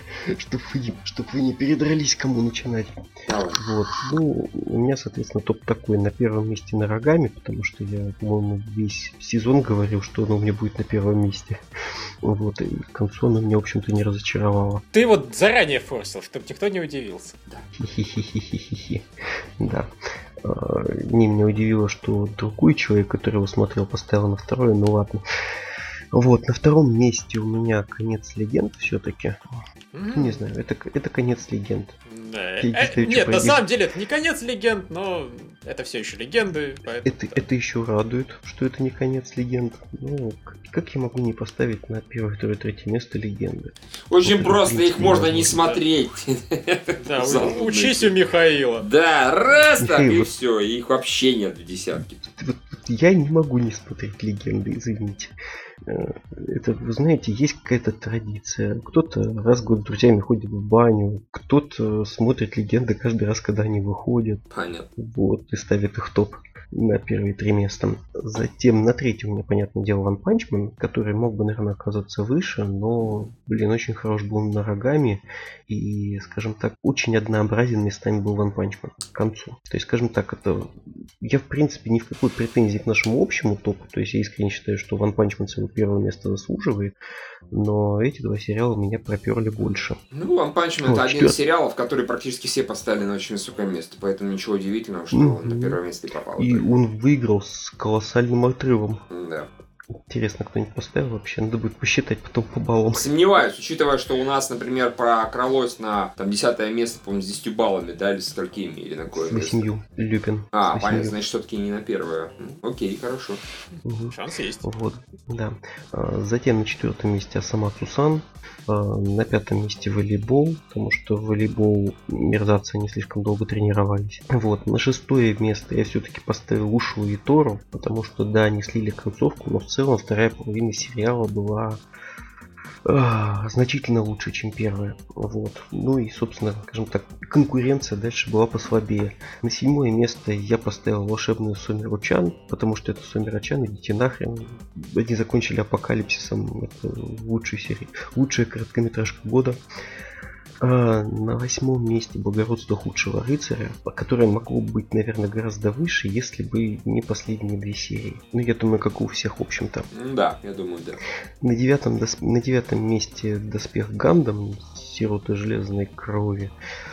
Чтоб вы не передрались, кому начинать. Давай. Вот. У меня, соответственно, топ такой на первом месте Нарагами, потому что я, по-моему, весь сезон говорил, что оно у меня будет на первом месте. Вот, и к концу оно меня, в общем-то, не разочаровало. Ты вот заранее форсил, чтобы никто не удивился. Да. Хи-хи-хи-хи-хи-хи. Да. Меня удивило, что другой человек, который его смотрел, поставил на второе, ну ладно. Вот, на втором месте у меня «Конец легенд» все-таки. Не знаю, это «Конец легенд». Да. Нет, на самом деле это не «Конец легенд», но это все еще легенды. Это еще радует, что это не «Конец легенд». Ну, как я могу не поставить на первое, второе, третье место легенды? Очень вот просто, их можно не смотреть. Да, учись у Михаила. Да, раз так и все, их вообще нет в десятке. Я не могу не смотреть легенды, извините. Это, вы знаете, есть какая-то традиция. Кто-то раз в год с друзьями ходит в баню, кто-то смотрит легенды каждый раз, когда они выходят. Понятно. Вот, и ставит их топ на первые 3 места. Затем на третьем, у меня, понятное дело, One Punch Man, который мог бы, наверное, оказаться выше, но, очень хорош был Нарагами и, скажем так, очень однообразен местами был One Punch Man к концу. То есть, скажем так, это... Я, в принципе, ни в какой претензии к нашему общему топу, то есть я искренне считаю, что One Punch Man своего первого места заслуживает, но эти 2 сериала меня проперли больше. One Punch Man это один из сериалов, который практически все поставили на очень высокое место, поэтому ничего удивительного, что он на первое место и попал. И он выиграл с колоссальным отрывом. Да. Интересно, кто-нибудь поставил вообще? Надо будет посчитать потом по баллам. Сомневаюсь, учитывая, что у нас, например, прокралось на там 10 место, по-моему, с 10 баллами, да, или с сколькими, или на какое место? С 8, Люпин. Понятно, значит, все-таки не на первое. Окей, хорошо. Шанс есть. Вот, да. Затем на 4 месте Асамацу-сан. На 5 месте волейбол, потому что в волейбол мерзавцы не слишком долго тренировались. Вот, на 6 место я все-таки поставил Ушу и Тору, потому что, да, они слили концовку, но в целом вторая половина сериала была значительно лучше, чем первая. Вот. Ну и, собственно, скажем так, конкуренция дальше была послабее. На 7 место я поставил волшебную Сомеру-чан, потому что это Сомера-чан, идите нахрен. Они закончили Апокалипсисом. Это лучшая серия, лучшая короткометражка года. На 8 месте Благородство худшего рыцаря, которое могло быть, наверное, гораздо выше, если бы не последние 2 серии. Ну, я думаю, как у всех, в общем-то. Да, я думаю, да. На 9 месте Доспех Гандам, Сироты железной крови.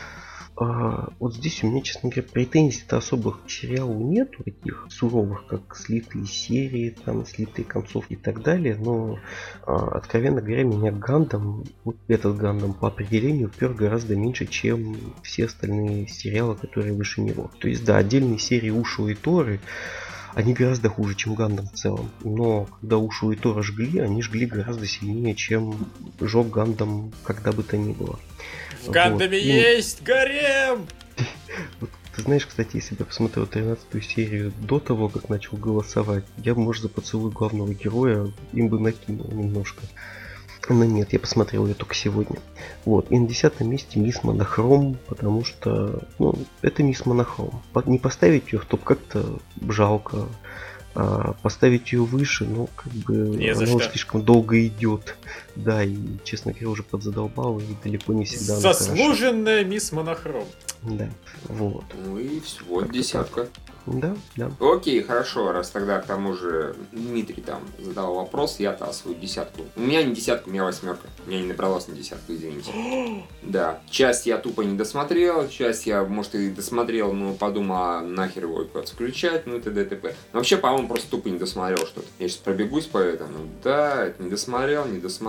Вот здесь у меня, честно говоря, претензий-то особых к сериалу нету, таких суровых, как слитые серии, там, слитые концовки и так далее, но, откровенно говоря, меня Гандам, вот этот Гандам по определению пер гораздо меньше, чем все остальные сериалы, которые выше него. То есть, да, отдельные серии Ушу и Торы, они гораздо хуже, чем Гандам в целом. Но когда Ушу и Тора жгли, они жгли гораздо сильнее, чем жег Гандам когда бы то ни было. В Гандаме вот. Есть гарем! Ты знаешь, кстати, если бы я посмотрел 13-ю серию до того, как начал голосовать, я бы, может, за поцелуй главного героя им бы накинул немножко. Но нет, я посмотрел ее только сегодня. Вот, и на 10 месте Мисс Монохром, потому что, ну, это Мисс Монохром. Не поставить ее в топ как-то жалко. Поставить ее выше, ну, как бы, она уже слишком долго идет. Да, и, честно говоря, уже подзадолбал, и далеко не всегда она заслуженная Мисс Монохром. Да, вот. Ну и всего десятка. Да, да. Окей, хорошо, раз тогда к тому же Дмитрий там задал вопрос, я-то свою десятку. У меня не десятка, у меня 8. У меня не набралось на десятку, извините. Да, часть я тупо не досмотрел, часть я, может, и досмотрел, но подумал, нахер его куда-то включать, ну и т.д. и т.п. Но вообще, по-моему, просто тупо не досмотрел что-то. Я сейчас пробегусь по этому. Да, это не досмотрел.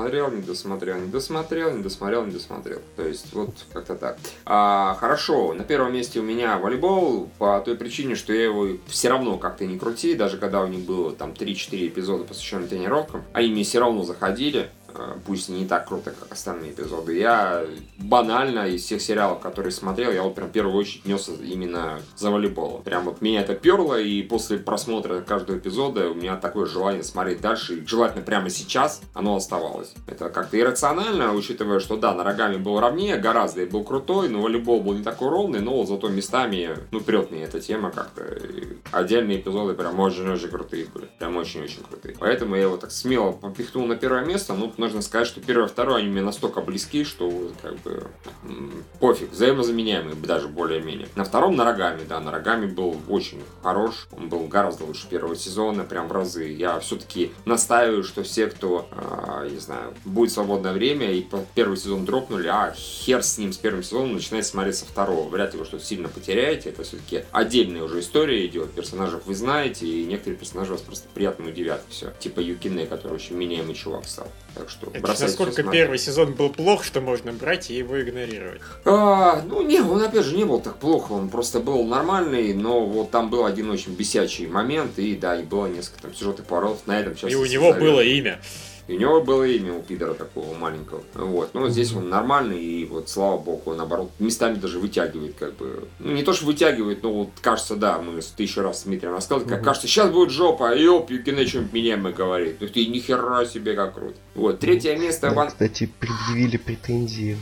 То есть, вот как-то так. Хорошо, на первом месте у меня волейбол, по той причине, что я его все равно как-то не крути, даже когда у них было там 3-4 эпизода, посвященных тренировкам, они мне все равно заходили. Пусть не так круто, как остальные эпизоды. Я банально из всех сериалов, которые смотрел, я вот прям в первую очередь нес именно за волейболом. Прям вот меня это перло, и после просмотра каждого эпизода у меня такое желание смотреть дальше, и желательно прямо сейчас оно оставалось. Это как-то иррационально, учитывая, что да, на Рогами был ровнее, гораздо и был крутой, но волейбол был не такой ровный, но зато местами, ну, прет мне эта тема как-то. И отдельные эпизоды прям очень-очень крутые были. Прям очень-очень крутые. Поэтому я его так смело попихнул на первое место, ну, нужно сказать, что первое и второе они мне настолько близки, что как бы пофиг, взаимозаменяемые даже более-менее. На втором на Рогами, да, на Рогами был очень хорош, он был гораздо лучше первого сезона, прям в разы. Я все-таки настаиваю, что все, кто, не знаю, будет свободное время и первый сезон дропнули, хер с ним, с первым сезоном, начинает смотреть со второго. Вряд ли вы что-то сильно потеряете, это все-таки отдельная уже история идет, персонажей вы знаете, и некоторые персонажи вас просто приятно удивят, все. Типа Юкине, который очень меняемый чувак стал. Так что насколько первый сезон был плох, что можно брать и его игнорировать? Ну, не, он опять же не был так плохо, он просто был нормальный, но вот там был один очень бесячий момент, и да, и было несколько там сюжетных поворотов, на этом сейчас... И у него было имя. И у него было имя у пидора такого маленького. Вот. Но здесь он нормальный, и вот слава богу, он наоборот местами даже вытягивает, как бы. Ну, не то, что вытягивает, но вот кажется, да, мы 1000 раз с Дмитрием рассказывали, как кажется, сейчас будет жопа, и оп, Юкине что-нибудь меняемое говорит. Ну ты нихера себе как круто. Вот, третье место... Да, кстати, предъявили претензии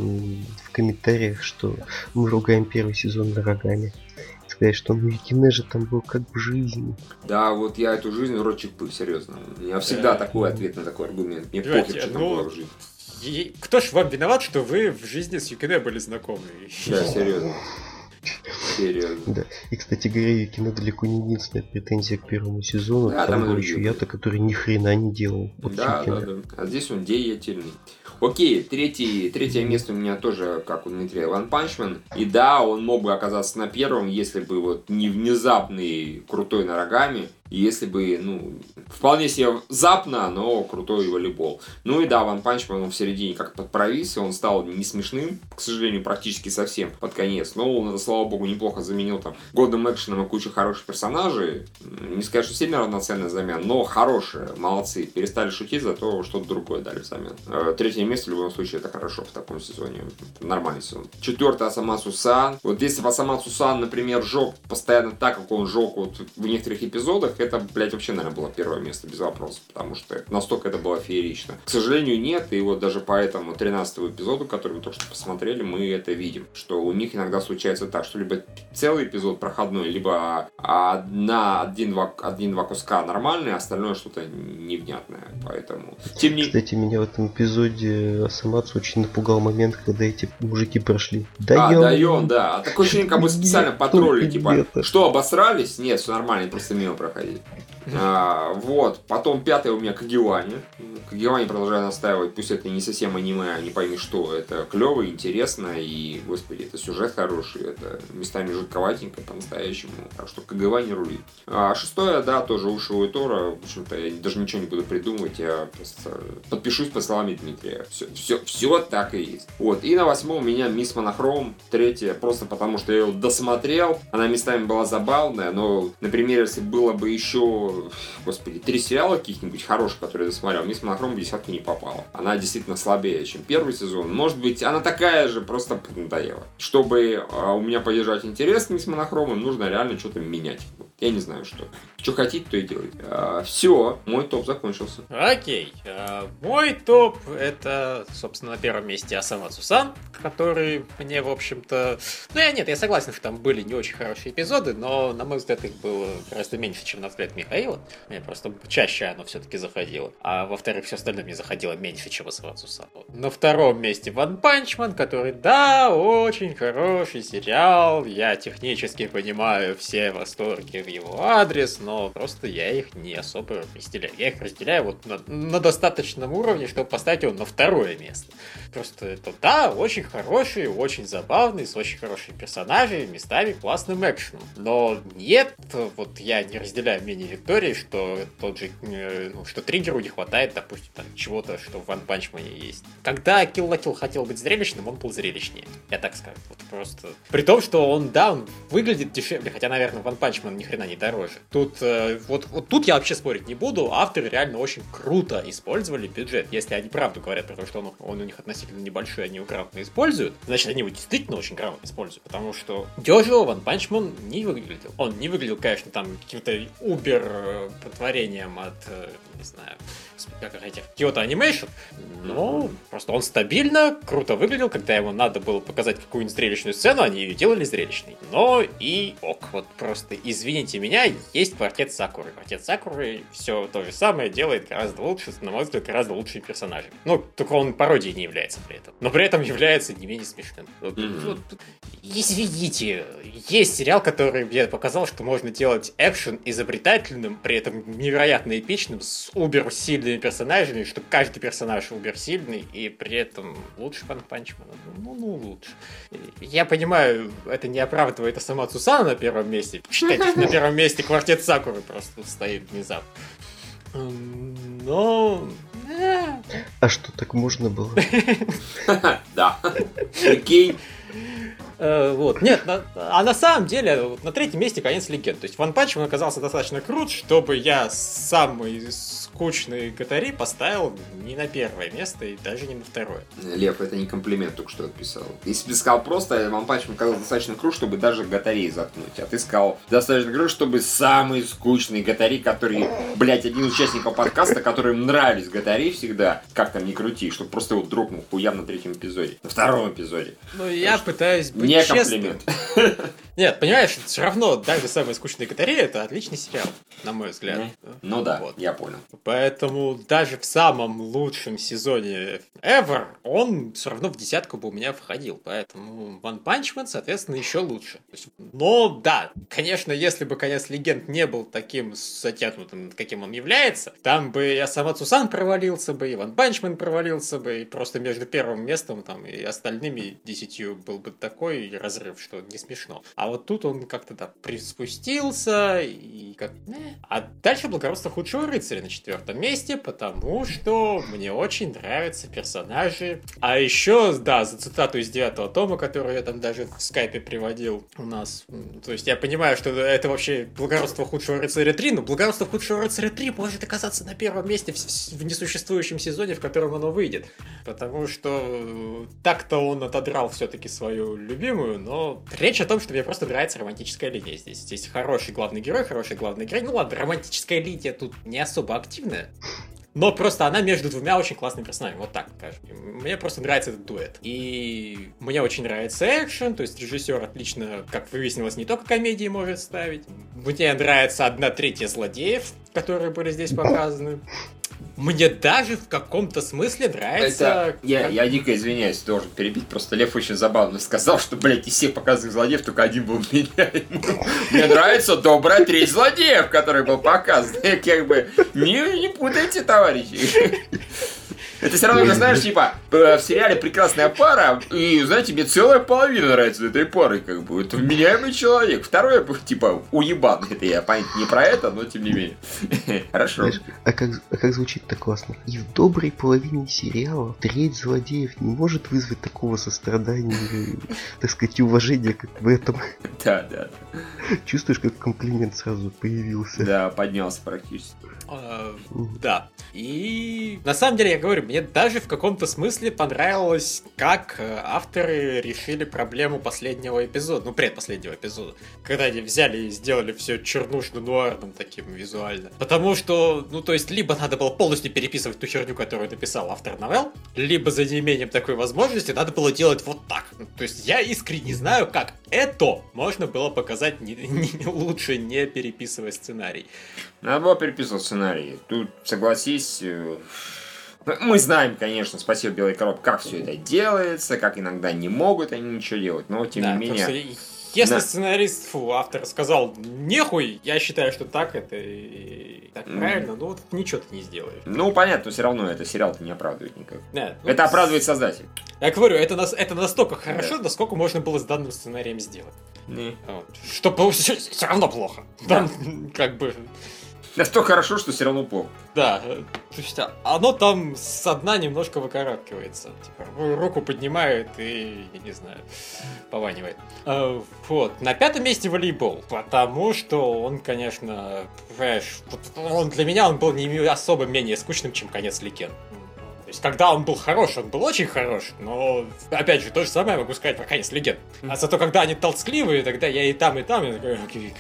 в комментариях, что мы ругаем первый сезон на Рогами. Сказать, что ну Юкине же там был как в жизни. Да, вот я эту жизнь уродчик пых, серьезно. У меня всегда такой ответ на такой аргумент. Мне похер, что там было в жизни. Кто ж вам виноват, что вы в жизни с Юкине были знакомы? Да, серьезно. Серьезно. Да. И, кстати говоря, Юкине далеко не единственная претензия к первому сезону. Да, там был еще Ято, который ни хрена не делал. Вот да. А здесь он деятельный. Окей, третье место у меня тоже, как у Дмитрия, One Punch Man. И да, он мог бы оказаться на первом, если бы вот не внезапный крутой на Рогами. если бы, ну, вполне себе запно, но крутой волейбол. Ну и да, One Punch Man он в середине как подправился, он стал не смешным, к сожалению, практически совсем под конец, но он это, слава богу, неплохо заменил там годным экшеном и кучу хороших персонажей. Не скажу, что сильно равноценная замена, но хорошие, молодцы. Перестали шутить, зато что-то другое дали взамен. Третье место в любом случае это хорошо в таком сезоне. Нормальный сезон. Четвертое Асамацу-сан. Вот если бы Асамацу-сан, например, жег постоянно так, как он жег вот в некоторых эпизодах, это, блядь, вообще, наверное, было первое место без вопросов, потому что настолько это было феерично. К сожалению, нет, и вот даже по этому 13-му эпизоду, который мы только что посмотрели, мы это видим, что у них иногда случается так, что либо целый эпизод проходной, либо один-два куска нормальные, а остальное что-то невнятное, поэтому... Кстати, меня в этом эпизоде Асамацу очень напугал момент, когда эти мужики прошли. Даён, да. Такое ощущение, как бы специально потролли, типа, что, обосрались? Нет, все нормально, просто мимо проходили. Вот, потом пятое у меня Кагевани. Кагевани продолжаю настаивать, пусть это не совсем аниме, а не пойми что, это клево, интересно, и, господи, это сюжет хороший, это местами жутковатенько по-настоящему, так что Кагевани рулит. Шестое, да, тоже Ушио Тора, в общем-то, я даже ничего не буду придумывать, я просто подпишусь по словам Дмитрия, все так и есть. Вот, и на восьмом у меня Мисс Монохром, третье, просто потому что я ее досмотрел, она местами была забавная, но, например, если было бы еще, господи, 3 сериала каких-нибудь хороших, которые я досмотрел, Мисс Монохром в десятку не попала. Она действительно слабее, чем первый сезон. Может быть, она такая же, просто надоела. Чтобы у меня поддержать интерес к Мисс Монохромом, нужно реально что-то менять. Я не знаю, что. Что хотите, то и делайте. Все, мой топ закончился. Окей. Мой топ это, собственно, на первом месте Асамацу-сан, который мне, в общем-то... Ну, я согласен, что там были не очень хорошие эпизоды, но, на мой взгляд, их было гораздо меньше, чем на взгляд Михаила. Мне просто чаще оно все-таки заходило. А во-вторых, все остальное мне заходило меньше, чем Асамацу-сан. На втором месте One Punch Man, который, да, очень хороший сериал. Я технически понимаю все восторги в его адрес, но просто я их не особо разделяю. Я их разделяю вот на достаточном уровне, чтобы поставить его на второе место. Просто это, да, очень хороший, очень забавный, с очень хорошими персонажами, местами классным экшеном. Но нет, вот я не разделяю мнение Виктории, что тот же, что триггеру не хватает, допустим, там, чего-то, что в One Punch Man есть. Когда Kill la Kill хотел быть зрелищным, он был зрелищнее. Я так скажу. Вот просто. При том, что он выглядит дешевле, хотя, наверное, One Punch Man ни хрена не дороже. Тут, вот тут я вообще спорить не буду. Авторы реально очень круто использовали бюджет. Если они правду говорят про то, что он у них относительно небольшой, они его грамотно используют, значит, они его действительно очень грамотно используют. Потому что дешево One Punch Man не выглядел. Он не выглядел, конечно, там каким-то убер-потворением от, не знаю, как этих Kyoto Animation, но просто он стабильно, круто выглядел. Когда ему надо было показать какую-нибудь зрелищную сцену, они ее делали зрелищной. Но и ок, вот просто извините меня, есть Квартет Сакуры. Квартет Сакуры все то же самое делает гораздо лучше, на мой взгляд, гораздо лучшими персонажами. Ну, только он пародией не является при этом. Но при этом является не менее смешным. Извините, есть сериал, который мне показал, что можно делать экшен изобретательным, при этом невероятно эпичным, с убер-сильными персонажами, что каждый персонаж убер-сильный, и при этом лучше One Punch Man. Ну, лучше. Я понимаю, это не оправдывает Асамацу-сана на первом месте. Считайте, на первом месте Квартет Сакуры просто стоит внезапно. Но... А что, так можно было? Да. Прикинь. Вот, нет, а на самом деле на третьем месте Конец Легенд. То есть One Punch Man оказался достаточно крут, чтобы я самый скучный Гатари поставил не на первое место и даже не на второе. Лев, это не комплимент только что отписал. Если бы ты сказал просто, One Punch Man оказался достаточно крут, чтобы даже Гатари заткнуть. А ты сказал достаточно крут, чтобы самый скучный Гатари, который, блять, один из участников подкаста, которым нравились Гатари всегда, как там ни крути, чтобы просто его дропнул хуям на третьем эпизоде, на втором эпизоде. Ну, я пытаюсь быть не честным. Комплимент. Нет, понимаешь, все равно даже самый скучный Гатари это отличный сериал, на мой взгляд. Ну да, вот. Я понял. Поэтому даже в самом лучшем сезоне ever он все равно в десятку бы у меня входил. Поэтому One Punch Man, соответственно, еще лучше. Но да, конечно, если бы Конец Легенд не был таким затянутым, каким он является, там бы и Асамацу-сан провалился бы, и One Punch Man провалился бы, и просто между первым местом там, и остальными 10 был бы такой разрыв, что не смешно. А вот тут он как-то да, приспустился, и как... А дальше «Благородство худшего рыцаря» на 4-м месте, потому что мне очень нравятся персонажи. А еще, да, за цитату из 9-го тома, которую я там даже в скайпе приводил у нас. То есть я понимаю, что это вообще «Благородство худшего рыцаря 3», но «Благородство худшего рыцаря 3» может оказаться на 1-м месте в несуществующем сезоне, в котором оно выйдет. Потому что так-то он отодрал все-таки свою любимую, но речь о том, что мне просто нравится романтическая линия здесь. Здесь хороший главный герой, хорошая главная героиня. Ну ладно, романтическая линия тут не особо активная. Но просто она между двумя очень классными персонажами. Вот так скажем. Мне просто нравится этот дуэт. И мне очень нравится экшен. То есть режиссер отлично, как выяснилось, не только комедии может ставить. Мне нравится 1/3 злодеев, которые были здесь показаны. Мне даже в каком-то смысле нравится... Я дико извиняюсь, должен перебить, просто Лев очень забавно сказал, что, блядь, из всех показанных злодеев только один был вменяемый. Мне нравится добрая треть злодеев, который был показан. Как бы, не путайте, товарищи. Это все равно, знаешь, типа, в сериале «Прекрасная пара», и, знаете, мне целая половина нравится этой пары, как бы, это вменяемый человек. Второе, типа, уебан, это я понять не про это, но тем не менее. Хорошо. Знаешь, а как звучит-то классно. И в доброй половине сериала треть злодеев не может вызвать такого сострадания, так сказать, уважения, как в этом. Да. Чувствуешь, как комплимент сразу появился? Да, поднялся практически. Да. И на самом деле, я говорю, мне даже в каком-то смысле понравилось, как авторы решили проблему последнего эпизода, ну, предпоследнего эпизода, когда они взяли и сделали все чернушно-нуарным таким визуально. Потому что, ну, то есть, либо надо было полностью переписывать ту херню, которую написал автор новелл, либо за неимением такой возможности надо было делать вот так. То есть, я искренне знаю, как это можно было показать лучше, не переписывая сценарий. Надо было переписывать сценарий. Тут, согласись, мы знаем, конечно, спасибо Белой Коробке, как все это делается, как иногда не могут они ничего делать, но тем не менее... Если сценарист, автор сказал нехуй, я считаю, что так это и так правильно, но вот ничего ты не сделаешь. Ну, понятно, но все равно это сериал-то не оправдывает никак. Да, это оправдывает создатель. Я говорю, это настолько хорошо, насколько можно было с данным сценарием сделать. Что все равно плохо. Там, как бы... Настолько хорошо, что все равно плохо. Да, то есть оно там со дна немножко выкарабкивается. Типа, руку поднимает и, я не знаю, пованивает. Вот. На 5-м месте волейбол. Потому что он, конечно, понимаешь, для меня он был не особо менее скучным, чем «Конец легенд». То есть, когда он был хорош, он был очень хорош, но, опять же, то же самое могу сказать про «Конец легенд». А зато, когда они толстскливые, тогда я и там, я такой,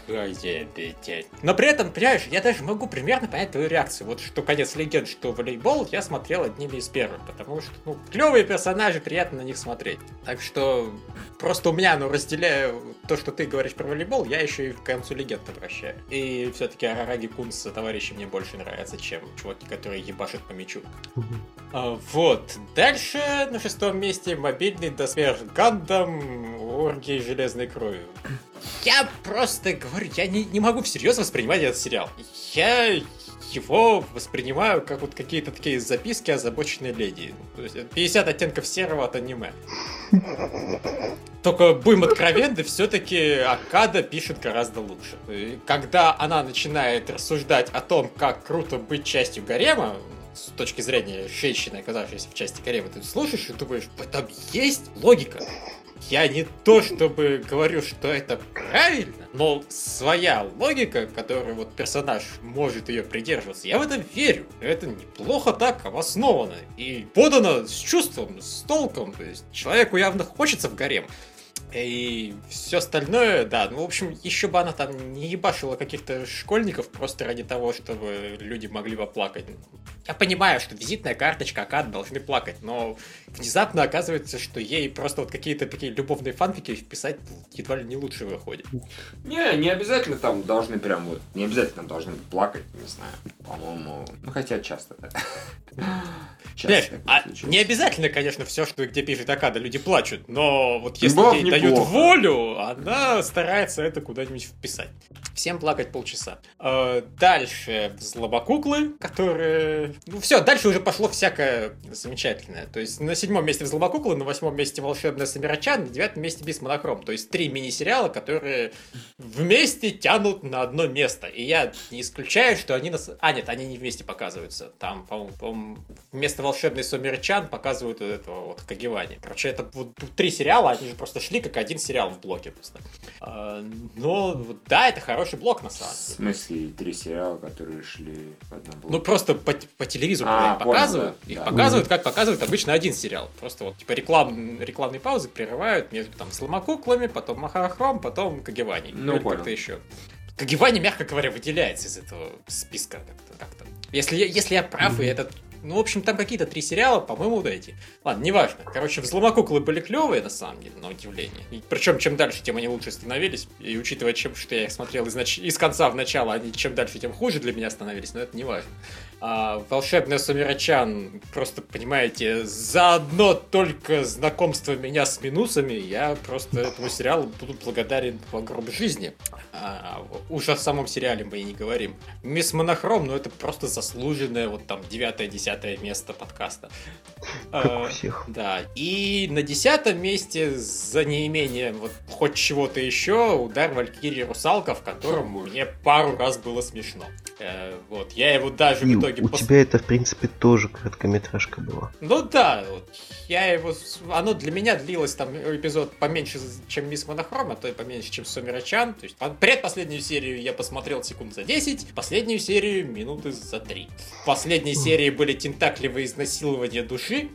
но при этом, понимаешь, я даже могу примерно понять твою реакцию. Вот что «Конец легенд», что волейбол я смотрел одними из первых, потому что, ну, клевые персонажи, приятно на них смотреть. Так что, просто у меня, разделяю то, что ты говоришь про волейбол, я еще и к «Концу легенд» обращаю. И все-таки Арараги Кун с товарищи мне больше нравятся, чем чуваки, которые ебашат по мячу. Вот. Дальше на 6-м месте мобильный доспех Гандам оргии железной кровью. Я просто говорю, я не могу всерьез воспринимать этот сериал. Я его воспринимаю как вот какие-то такие записки озабоченной леди. То есть 50 оттенков серого от аниме. Только будем откровенны, все-таки Акада пишет гораздо лучше. Когда она начинает рассуждать о том, как круто быть частью гарема, с точки зрения женщины, оказавшейся в части гарема, ты слушаешь и думаешь, в этом есть логика. Я не то чтобы говорю, что это правильно, но своя логика, которую вот персонаж может ее придерживаться, я в это верю. Это неплохо так обосновано и подано с чувством, с толком. То есть человеку явно хочется в гарем. И все остальное, да, ну, в общем, еще бы она там не ебашила каких-то школьников просто ради того, чтобы люди могли поплакать. Я понимаю, что визитная карточка Акад должны плакать, но внезапно оказывается, что ей просто вот какие-то такие любовные фанфики вписать едва ли не лучше выходит. Не обязательно там должны прям вот, не обязательно там должны плакать, не знаю, по-моему, ну хотя часто, да. Не обязательно, конечно, все, что где пишет Акада, люди плачут, но вот если Бог ей не дают волю, она старается это куда-нибудь вписать. Всем плакать полчаса. Дальше Злобокуклы, которые... Ну все, дальше уже пошло всякое замечательное. То есть на 7-м месте Злобокуклы, на 8-м месте Волшебная Сомерачан, на 9-м месте Бис Монохром. То есть 3 мини-сериала, которые вместе тянут на одно место. И я не исключаю, что они... нет, они не вместе показываются. Там, по-моему, вместо Волшебной Сомерачан показывают этого вот Кагевани. Короче, это вот 3 сериала, они же просто шли как один сериал в блоке просто. Но да, это хороший блок на самом деле. В смысле 3 сериала, которые шли в одном блоке? Ну просто по телевизору показывают. Понял, да. Их показывают, как показывают обычно один сериал. Просто вот типа рекламные паузы прерывают между там Сломокуклами, потом Махарахром, потом Кагевани. Ну, понял. Как-то еще. Кагевани, мягко говоря, выделяется из этого списка как-то. Если я прав, и этот... Ну, в общем, там какие-то 3 сериала, по-моему, эти. Ладно, неважно. Короче, Взломокуклы были клевые, на самом деле, на удивление. И причем, чем дальше, тем они лучше становились. И учитывая, что я их смотрел из конца в начало, они чем дальше, тем хуже для меня становились, но это не важно. Волшебная Сомерачан, просто, понимаете, за одно только знакомство меня с минусами, я просто этому сериалу буду благодарен по гроб жизни. Уж о самом сериале мы и не говорим. Мисс Монохром, ну это просто заслуженное вот там 9-10 место подкаста. Как у всех. Да. И на 10-м месте за неимением вот хоть чего-то еще удар Валькирии Русалка, в котором мне пару раз было смешно. Вот, я его даже в итоге... У тебя это, в принципе, тоже короткометражка была. Ну да, вот, я его... Оно для меня длилось там эпизод поменьше, чем Мисс Монохром, а то и поменьше, чем Сомерачан. То есть предпоследнюю серию я посмотрел секунд за 10, последнюю серию минуты за 3. В последней серии были тентакливые изнасилования души.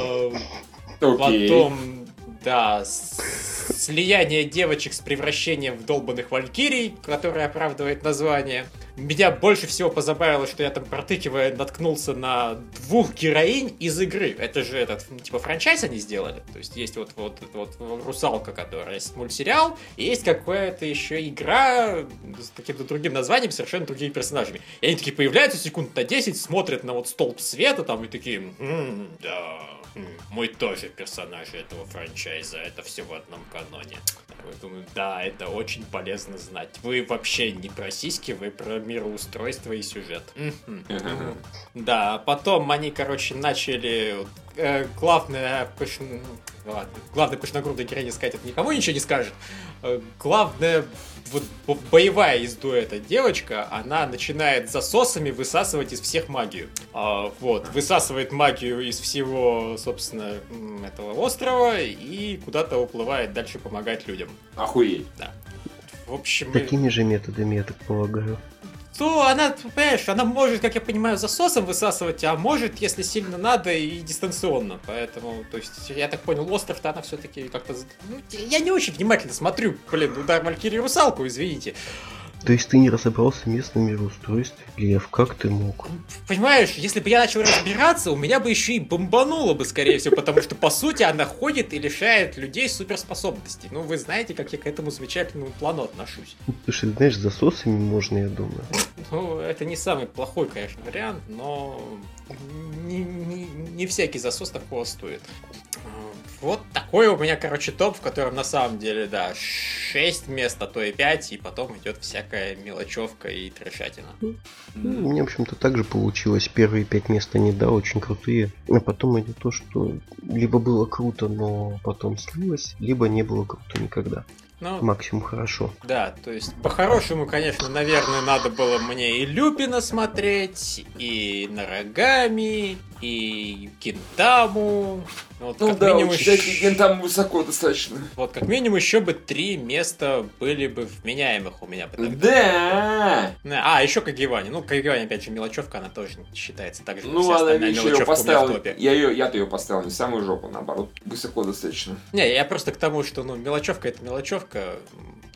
Потом... Да, слияние девочек с превращением в долбанных валькирий, которое оправдывает название. Меня больше всего позабавило, что я там, протыкивая, наткнулся на 2 героинь из игры. Это же типа франчайз они сделали. То есть есть вот Русалка, которая есть мультсериал, и есть какая-то еще игра с каким-то другим названием, совершенно другими персонажами. И они такие появляются секунд на 10, смотрят на вот столб света там и такие, да... Мой тоже персонаж этого франчайза, это все в одном каноне. Я думаю, да, это очень полезно знать. Вы вообще не про сиськи, вы про мироустройство и сюжет. Да, потом они, короче, начали... Главная пышногрудая героиня, сказать, это никому ничего не скажет. Главная вот боевая из дуэта девочка, она начинает засосами высасывать из всех магию. Высасывает магию из всего, собственно, этого острова и куда-то уплывает дальше помогать людям. Охуеть. Да. В общем... Такими же методами, я так полагаю. То она, понимаешь, она может, как я понимаю, засосом высасывать, а может, если сильно надо, и дистанционно. Поэтому, то есть, я так понял, остров-то она все-таки как-то... Я не очень внимательно смотрю, удар Валькирии Русалку, извините. То есть ты не разобрался в местном мироустройстве, Лев, как ты мог? Понимаешь, если бы я начал разбираться, у меня бы еще и бомбануло бы, скорее всего, потому что, по сути, она ходит и лишает людей суперспособностей. Ну, вы знаете, как я к этому замечательному плану отношусь. Потому что, знаешь, с засосами можно, я думаю. Ну, это не самый плохой, конечно, вариант, но не всякий засос такого стоит. Вот такой у меня, короче, топ, в котором на самом деле, да, 6 мест, а то и 5, и потом идет всякая мелочевка и трешатина. У меня, в общем-то, так же получилось. Первые 5 мест они, да, очень крутые. А потом идет то, что либо было круто, но потом слилось, либо не было круто никогда. Ну, максимум хорошо. Да, то есть по-хорошему, конечно, наверное, надо было мне и Люпина смотреть, и Нарагами, и Гинтаму. Вот, ну да, Гинтаму высоко достаточно. Вот как минимум еще бы 3 места были бы вменяемых у меня. Да! А, еще Кагевани. Ну, Кагевани, опять же, мелочевка, она тоже считается так же, как вся остальная мелочевка у меня в топе. Я-то ее поставил не в самую жопу, наоборот, высоко достаточно. Не, я просто к тому, что, ну, мелочевка это мелочевка.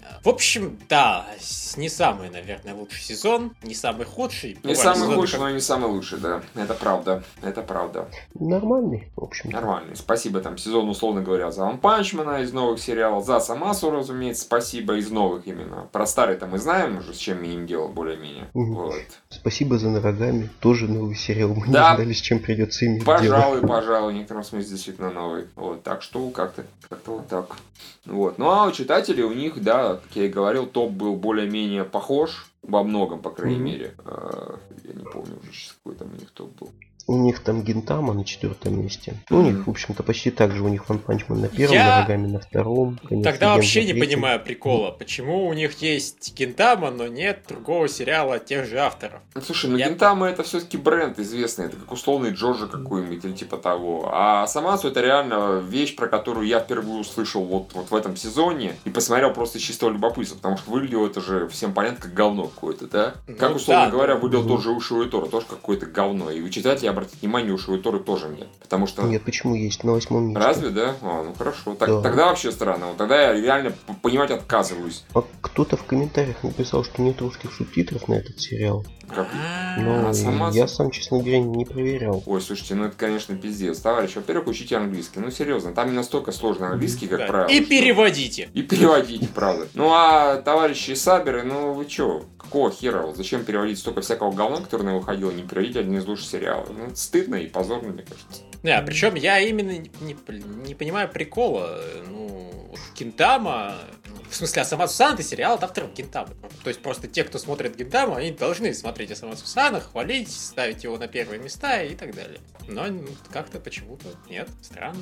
В общем, да, не самый, наверное, лучший сезон, не самый худший. Не самый худший, но и не самый лучший, да. Это правда. Нормальный, в общем. Нормальный. Спасибо там сезон, условно говоря, за One Punch Man из новых сериалов, за Самасу, разумеется, спасибо из новых именно. Про старый-то мы знаем уже, с чем Миним делал более-менее. Вот. Спасибо за Нарагами, тоже новый сериал. Мы не знали, с чем придется иметь дело. Пожалуй, в некотором смысле действительно новый. Вот, так что как-то вот так. Вот. Ну а у читателей, у них, да, как я и говорил, топ был более-менее похож, во многом, по крайней мере. Я не помню уже сейчас, какой там у них топ был. У них там Гинтама на 4-м месте. У них, в общем-то, почти так же. У них One Punch Man на 1-м, Нарагами на 2-м. Тогда вообще не понимаю прикола. Почему у них есть Гинтама, но нет другого сериала от тех же авторов? Ну, слушай, Гинтама это все-таки бренд известный. Это как условный Джоджо какой-нибудь или типа того. А Самасу это реально вещь, про которую я впервые услышал вот в этом сезоне. И посмотрел просто из чистого любопытства. Потому что выглядело это же всем понятно, как говно какое-то, да? Как, условно говоря, выглядел тот же Ушио Тора. Тоже какое-то говно. И у читателей, обратите внимание, у Шиуторы тоже нет. Потому что... Нет, почему есть? На 8-м месте. Разве, да? Ну хорошо. Тогда вообще странно. Вот тогда я реально понимать отказываюсь. А кто-то в комментариях написал, что нет русских субтитров на этот сериал. Но я сам, честно говоря, не проверял. Ой, слушайте, ну это, конечно, пиздец. Товарищ, во-первых, учите английский. Ну, серьезно, там не настолько сложный английский, как правило. И переводите. И переводите, правда. Ну, а товарищи саберы, ну вы чё? Какого хера? Вот зачем переводить столько всякого говна, которое на выходило, не переводить один из лучших сериалов? Ну, это стыдно и позорно, мне кажется. Причем я именно не понимаю прикола. Ну, Гинтама... В смысле, Асамацу Сан — это сериал от авторов Гинтамы. То есть просто те, кто смотрит Гинтаму, они должны смотреть Асамацу Сана, хвалить, ставить его на первые места и так далее. Но как-то почему-то нет. Странно.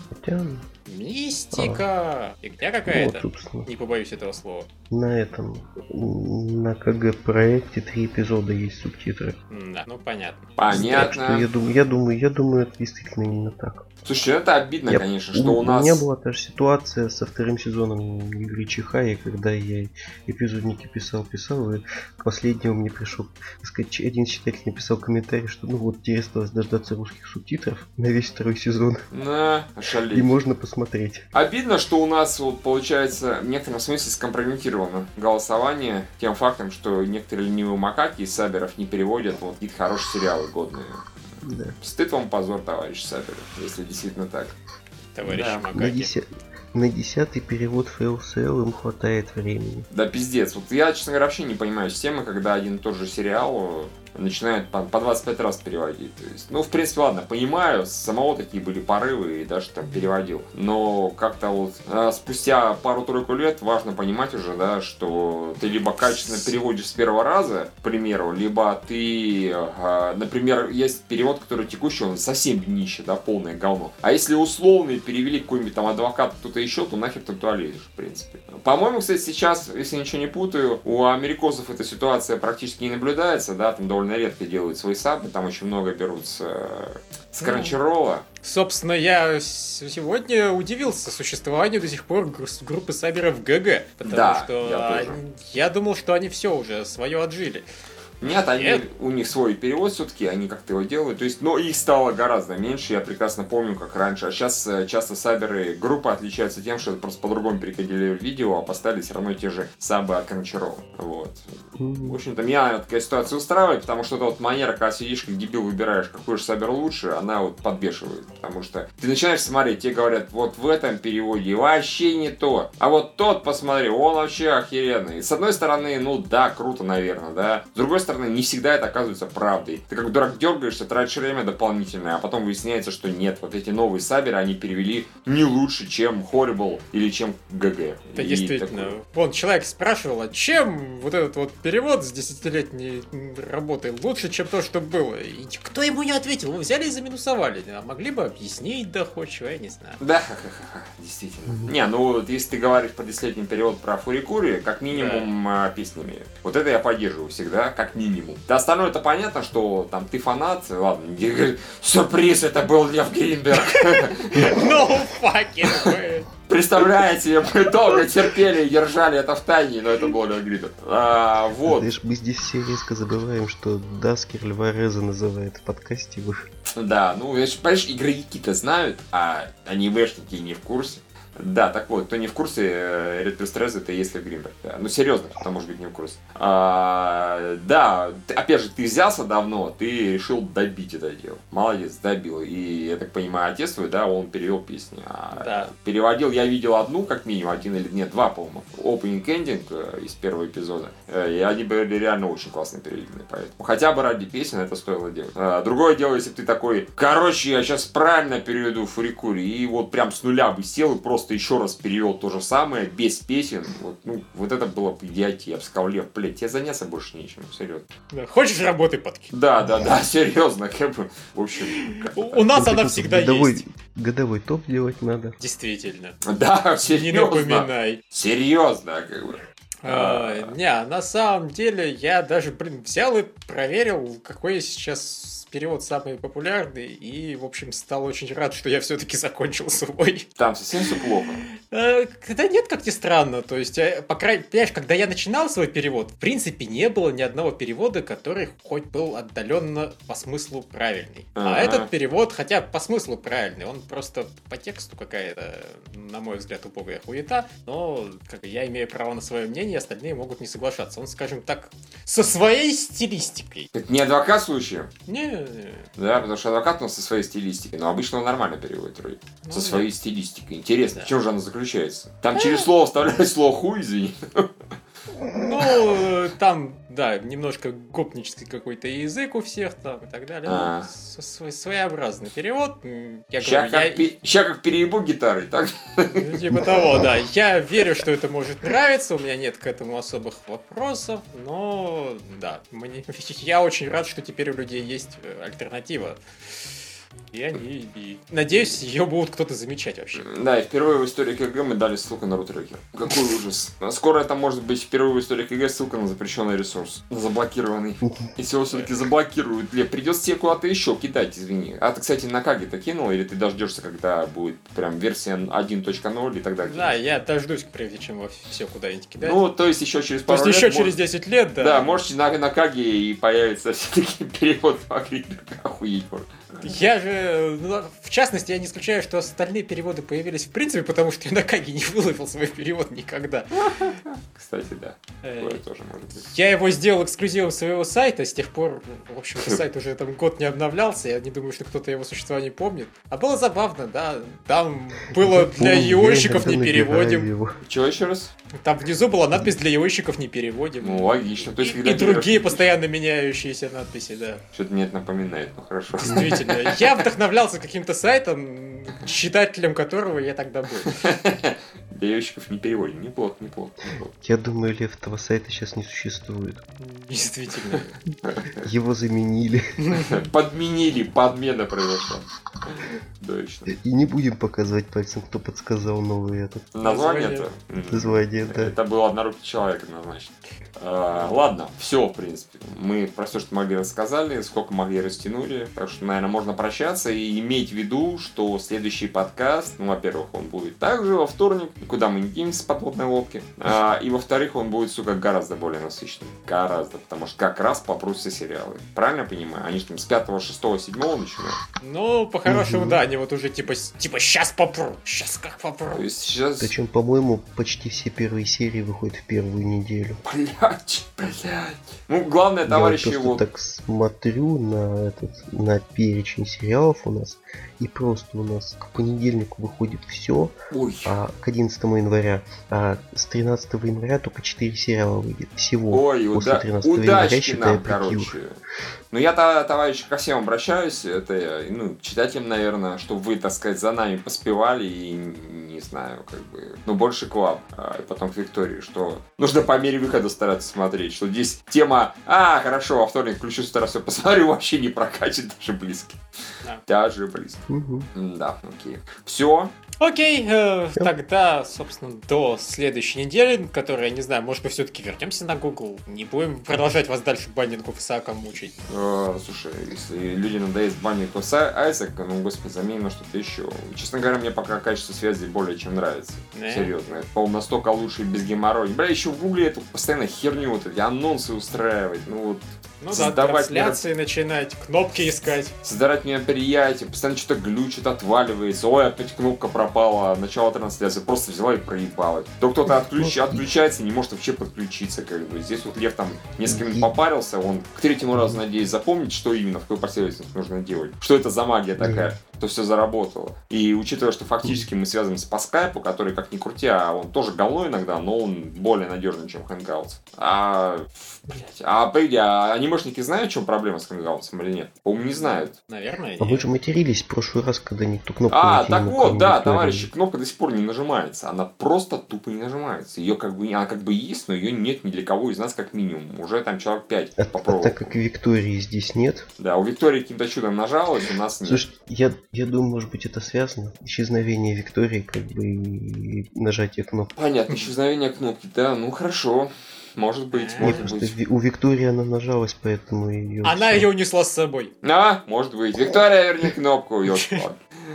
Мистика! Фигня какая-то. Вот, не побоюсь этого слова. На КГ-проекте 3 эпизода есть субтитры. Да, ну понятно. Понятно. Так что я думаю, это действительно именно так. Слушай, это обидно, конечно, что у нас... У меня была та же ситуация со 2-м сезоном игры Чихай, когда я эпизодники писал, и к последнему мне пришел, так сказать, один читатель написал комментарий, что ну вот теперь осталось дождаться русских субтитров на весь 2-й сезон. Ошалеть. И можно посмотреть. Обидно, что у нас, вот, получается, в некотором смысле скомпрометировано голосование тем фактом, что некоторые ленивые макаки из саберов не переводят вот какие-то хорошие сериалы годные. Да. Стыд вам, позор, товарищ саберы, если действительно так. Товарищ макаки. На 10-й перевод FLCL им хватает времени. Да пиздец. Вот я, честно говоря, вообще не понимаю системы, когда один и тот же сериал начинают по 25 раз переводить. То есть, ну, в принципе, ладно, понимаю, самого такие были порывы и даже там переводил. Но как-то вот спустя пару-тройку лет важно понимать уже, да, что ты либо качественно переводишь с первого раза, к примеру, либо ты, например, есть перевод, который текущий, он совсем днище, да, полное говно. А если условный перевели какой-нибудь там адвокат, кто-то еще, то нахер ты туда лезешь, в принципе. По-моему, кстати, сейчас, если ничего не путаю, у америкосов эта ситуация практически не наблюдается, да, там довольно редко делают свои сабы, там очень много берут с Crunchyroll. Собственно, я сегодня удивился существованию до сих пор группы саберов ГГ, потому что я думал, что они все уже свое отжили. Нет, у них свой перевод все-таки, они как-то его делают. То есть, но их стало гораздо меньше, я прекрасно помню, как раньше. А сейчас часто саберы группы отличаются тем, что просто по-другому перекодили видео, а поставили все равно те же сабы от Crunchyroll. Вот. В общем-то, меня такая ситуация устраивает, потому что вот манера, когда сидишь как дебил, выбираешь, какой же сабер лучше, она вот подбешивает. Потому что ты начинаешь смотреть, тебе говорят, вот в этом переводе вообще не то. А вот тот, посмотри, он вообще охеренный. И с одной стороны, ну да, круто, наверное, да. С другой стороны, не всегда это оказывается правдой. Ты как дурак дергаешься, тратишь время дополнительное, а потом выясняется, что нет. Вот эти новые саберы, они перевели не лучше, чем Horrible или чем ГГ. Да, действительно. Вон, человек спрашивал, а чем вот этот вот перевод с 10-летней работой лучше, чем то, что было? И кто ему не ответил? Вы взяли и заминусовали. А могли бы объяснить доходчиво, я не знаю. Да, действительно. Не, ну вот если ты говоришь про 10-летний перевод про Фурикури, как минимум песнями. Вот это я поддерживаю всегда, как минимум. Да, остальное это понятно, что там ты фанат, ладно, сюрприз, это был Лев Гринберг. No fucking way. Представляете, мы долго терпели и держали это в тайне, но это было Лев Гринберг. Вот. Знаешь, мы здесь все резко забываем, что Даскер Льва Реза называет в подкасте. Да, ну, понимаешь, игровики-то знают, а анимешники не в курсе. Да, так вот, кто не в курсе, Red Pill Stress это если Гринберг. Да. Ну, серьезно, кто может быть не в курсе. Да, опять же, ты взялся давно, ты решил добить это дело. Молодец, добил. И, я так понимаю, отец твой, да, он перевел песни. Да. Переводил, я видел одну, как минимум, один или нет, два, по-моему. Opening Ending из первого эпизода. И они были реально очень классно переведены. Поэтому хотя бы ради песен это стоило делать. Другое дело, если бы ты такой, короче, я сейчас правильно переведу Фурикури, и вот прям с нуля бы сел и просто еще раз перевел то же самое, без песен. Вот, ну, вот это было бы идиотия. Я бы сказал, Лев, блядь, тебе заняться больше нечем, серьезно. Да, хочешь, работай, подкинь. Да, серьезно, как бы, в общем. У нас она всегда есть. Годовой топ делать надо. Действительно. Да, серьезно. Не напоминай. Серьезно, как бы. Не, на самом деле, я даже, взял и проверил, какой сейчас перевод самый популярный, и, в общем, стал очень рад, что я все-таки закончил свой. Там совсем все плохо? Да нет, как ни странно. То есть, понимаешь, когда я начинал свой перевод, в принципе, не было ни одного перевода, который хоть был отдаленно по смыслу правильный. А этот перевод, хотя по смыслу правильный, он просто по тексту какая-то, на мой взгляд, убогая хуета, но я имею право на свое мнение, остальные могут не соглашаться. Он, скажем так, со своей стилистикой. Это не адвокат случаем? Не. Да, потому что адвокат у нас со своей стилистикой, но обычно он нормально переводит вроде. Со своей стилистикой. Интересно, да. В чем же она заключается? Там через слово вставляют слово хуй, извини. Ну, там, да, немножко гопнический какой-то язык у всех там и так далее. Ну, своеобразный перевод. Сейчас как переебу гитарой, так? Типа того, да. Я верю, что это может нравиться, у меня нет к этому особых вопросов, но, да, я очень рад, что теперь у людей есть альтернатива. И надеюсь, ее будут кто-то замечать вообще. Да, и впервые в истории КГ мы дали ссылку на рутрекер. Какой ужас. Скоро это может быть впервые в истории КГ ссылка на запрещенный ресурс. На заблокированный. Если его все-таки заблокируют, придется тебе куда-то еще кидать, извини. А ты, кстати, на Каге-то кинул, или ты дождешься, когда будет прям версия 1.0 и так далее? Да, я дождусь, прежде чем все куда-нибудь кидать. Ну, то есть еще через пару лет... еще через 10 лет, да. Да, можете на Каге и появится все-таки перевод по Гринбергу. Охуеть можно. Я же, в частности, я не исключаю, что остальные переводы появились в принципе, потому что я на Каге не выложил свой перевод никогда. Кстати, да. Такое тоже может быть. Я его сделал эксклюзивом своего сайта, с тех пор, в общем-то, сайт уже там год не обновлялся, я не думаю, что кто-то его существование помнит. А было забавно, да, там было для ЕОщиков не переводим. Чего еще раз? Там внизу была надпись для ЕОщиков не переводим. Ну, логично. То есть, и другие постоянно меняющиеся надписи, да. Что-то мне это напоминает, ну хорошо. Действительно. Я вдохновлялся каким-то сайтом, читателем которого я тогда был. Для ЕОщиков не переводим. Неплохо. Я думаю, Лев, этого сайта сейчас не существует. Действительно. Его заменили. Подменили, подмена произошла. Точно. И не будем показывать пальцем, кто подсказал новый этот. Название-то? Название, да. Это был однорукий человек однозначно. Ладно, все, в принципе. Мы про все, что могли, рассказали, сколько могли, растянули. Так что, наверное, можно прощаться и иметь в виду, что следующий подкаст, ну, во-первых, он будет также во вторник, куда мы не кинемся с подводной лодки. И, во-вторых, он будет, сука, гораздо более насыщенным. Гораздо, потому что как раз попрутся сериалы. Правильно я понимаю? Они же там с 5, 6, 7 начинают. Ну, по-хорошему, да, они вот уже типа сейчас попру. Сейчас как попру. То есть сейчас... Причем, по-моему, почти все первые серии выходят в первую неделю. Блять. Ну, главное, товарищи, я вот так смотрю на перечень сериалов у нас, и просто у нас к понедельнику выходит все, а к 11 января, а с 13 января только 4 сериала выйдет всего. Ой, после 13 января, считая короче. Ну, я, товарищи, ко всем обращаюсь, это, читателям, наверное, чтобы вы, так сказать, за нами поспевали и, не знаю, как бы, больше к вам, и потом к Виктории, что нужно по мере выхода стараться смотреть, что здесь тема, хорошо, во вторник включу стараюсь, все посмотрю, вообще не прокатит даже близко. Даже близко. Да, окей. Все. Окей, тогда, собственно, до следующей недели, которая, не знаю, может быть, все-таки вернемся на Google, не будем продолжать вас дальше баннингов Исаака мучить. Слушай, если люди надоест баннингов Айзека, господи, заменим на что-то еще. Честно говоря, мне пока качество связи более чем нравится. Серьезно, это, по-моему, настолько лучше и без геморроя. Бля, еще в Гугле эту постоянно херню, вот эти анонсы устраивать, Ну да, трансляции начинать, кнопки искать. Создавать мероприятия, постоянно что-то глючит, отваливается. Ой, опять кнопка пропала, начало трансляции. Просто взяла и проебала. То кто-то отключается, не может вообще подключиться. Как бы. Здесь вот Лев там несколько минут попарился, он к третьему разу, надеюсь, запомнит, что именно, в какой последовательности нужно делать. Что это за магия такая, то все заработало. И учитывая, что фактически мы связываемся по скайпу, который, как ни крути, он тоже говно иногда, но он более надежный, чем Hangouts. Анимешники знают, в чем проблема с Hangouts или нет? По-моему, не знают. Наверное, нет. А вы же матерились в прошлый раз, когда никто кнопку так вот, да, товарищи, кнопка до сих пор не нажимается. Она просто тупо не нажимается. Она как бы есть, но ее нет ни для кого из нас как минимум. Уже там человек 5 попробовал. Так как Виктории здесь нет. Да, у Виктории каким-то чудом нажалась, у нас нет. Слушай, я думаю, может быть, это связано. Исчезновение Виктории, как бы, и нажатие кнопки. Понятно, исчезновение кнопки, да, ну хорошо. Может быть, может быть. У Виктории она нажалась, поэтому ее... Она ее унесла с собой. Может быть. Виктория, верни кнопку, ёлки-палки.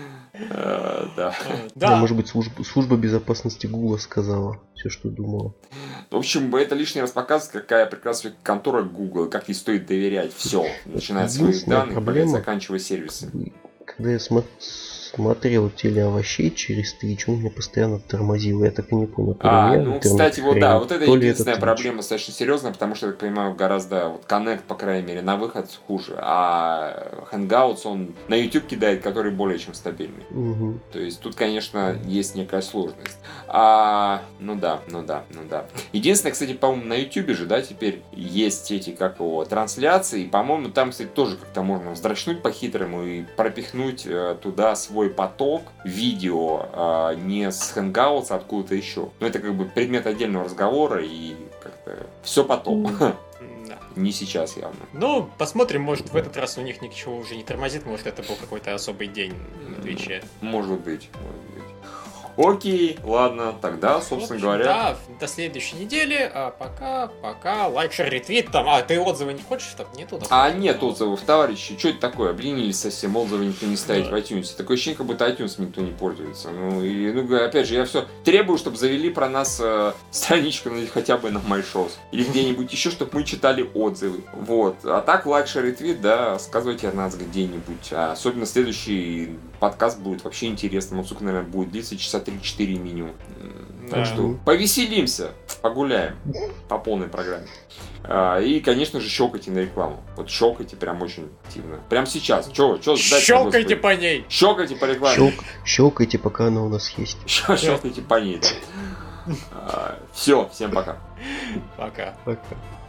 Да. Может быть, служба безопасности Гугла сказала все, что думала. В общем, это лишний раз показывает, какая прекрасная контора Google, как ей стоит доверять все, начиная с своих данных, заканчивая сервисами. Когда я смотрел телеовощей через Twitch, он меня постоянно тормозил, я так и не понял. Кстати, вот это единственная проблема достаточно серьезная, потому что, я так понимаю, гораздо Connect, по крайней мере, на выход хуже, а Hangouts он на YouTube кидает, который более чем стабильный. Угу. То есть тут, конечно, есть некая сложность. Ну да. Единственное, кстати, по-моему, на YouTube же, да, теперь есть эти, трансляции, и, по-моему, там, кстати, тоже как-то можно вздрачнуть по-хитрому и пропихнуть туда свой поток видео не с Hangouts, а откуда-то еще. Но это как бы предмет отдельного разговора и как-то все потом. Не сейчас явно. Ну, посмотрим, может в этот раз у них ничего уже не тормозит, может это был какой-то особый день на Твиче. Может быть. Окей, ладно, тогда, собственно говоря... Да, до следующей недели, а пока, лайк, шер, ретвит, там, ты отзывы не хочешь, там, нету? Нет отзывов, товарищи, что это такое, обленились совсем, отзывы никто не ставит в iTunes, такое ощущение, как будто iTunes никто не пользуется, опять же, я все требую, чтобы завели про нас страничку хотя бы на MyShows, или где-нибудь еще, чтобы мы читали отзывы, вот, а так, лайк, шер, ретвит, да, сказывайте о нас где-нибудь, особенно следующий подкаст будет вообще интересным, он, сука, наверное, будет длиться часа 3-4 минимум. Так что повеселимся, погуляем по полной программе. И, конечно же, щелкайте на рекламу. Вот щелкайте прям очень активно. Прям сейчас. Щелкайте по ней. Щелкайте по рекламе. Щелкайте, пока она у нас есть. Щелкайте по ней, да. Все, всем пока. Пока.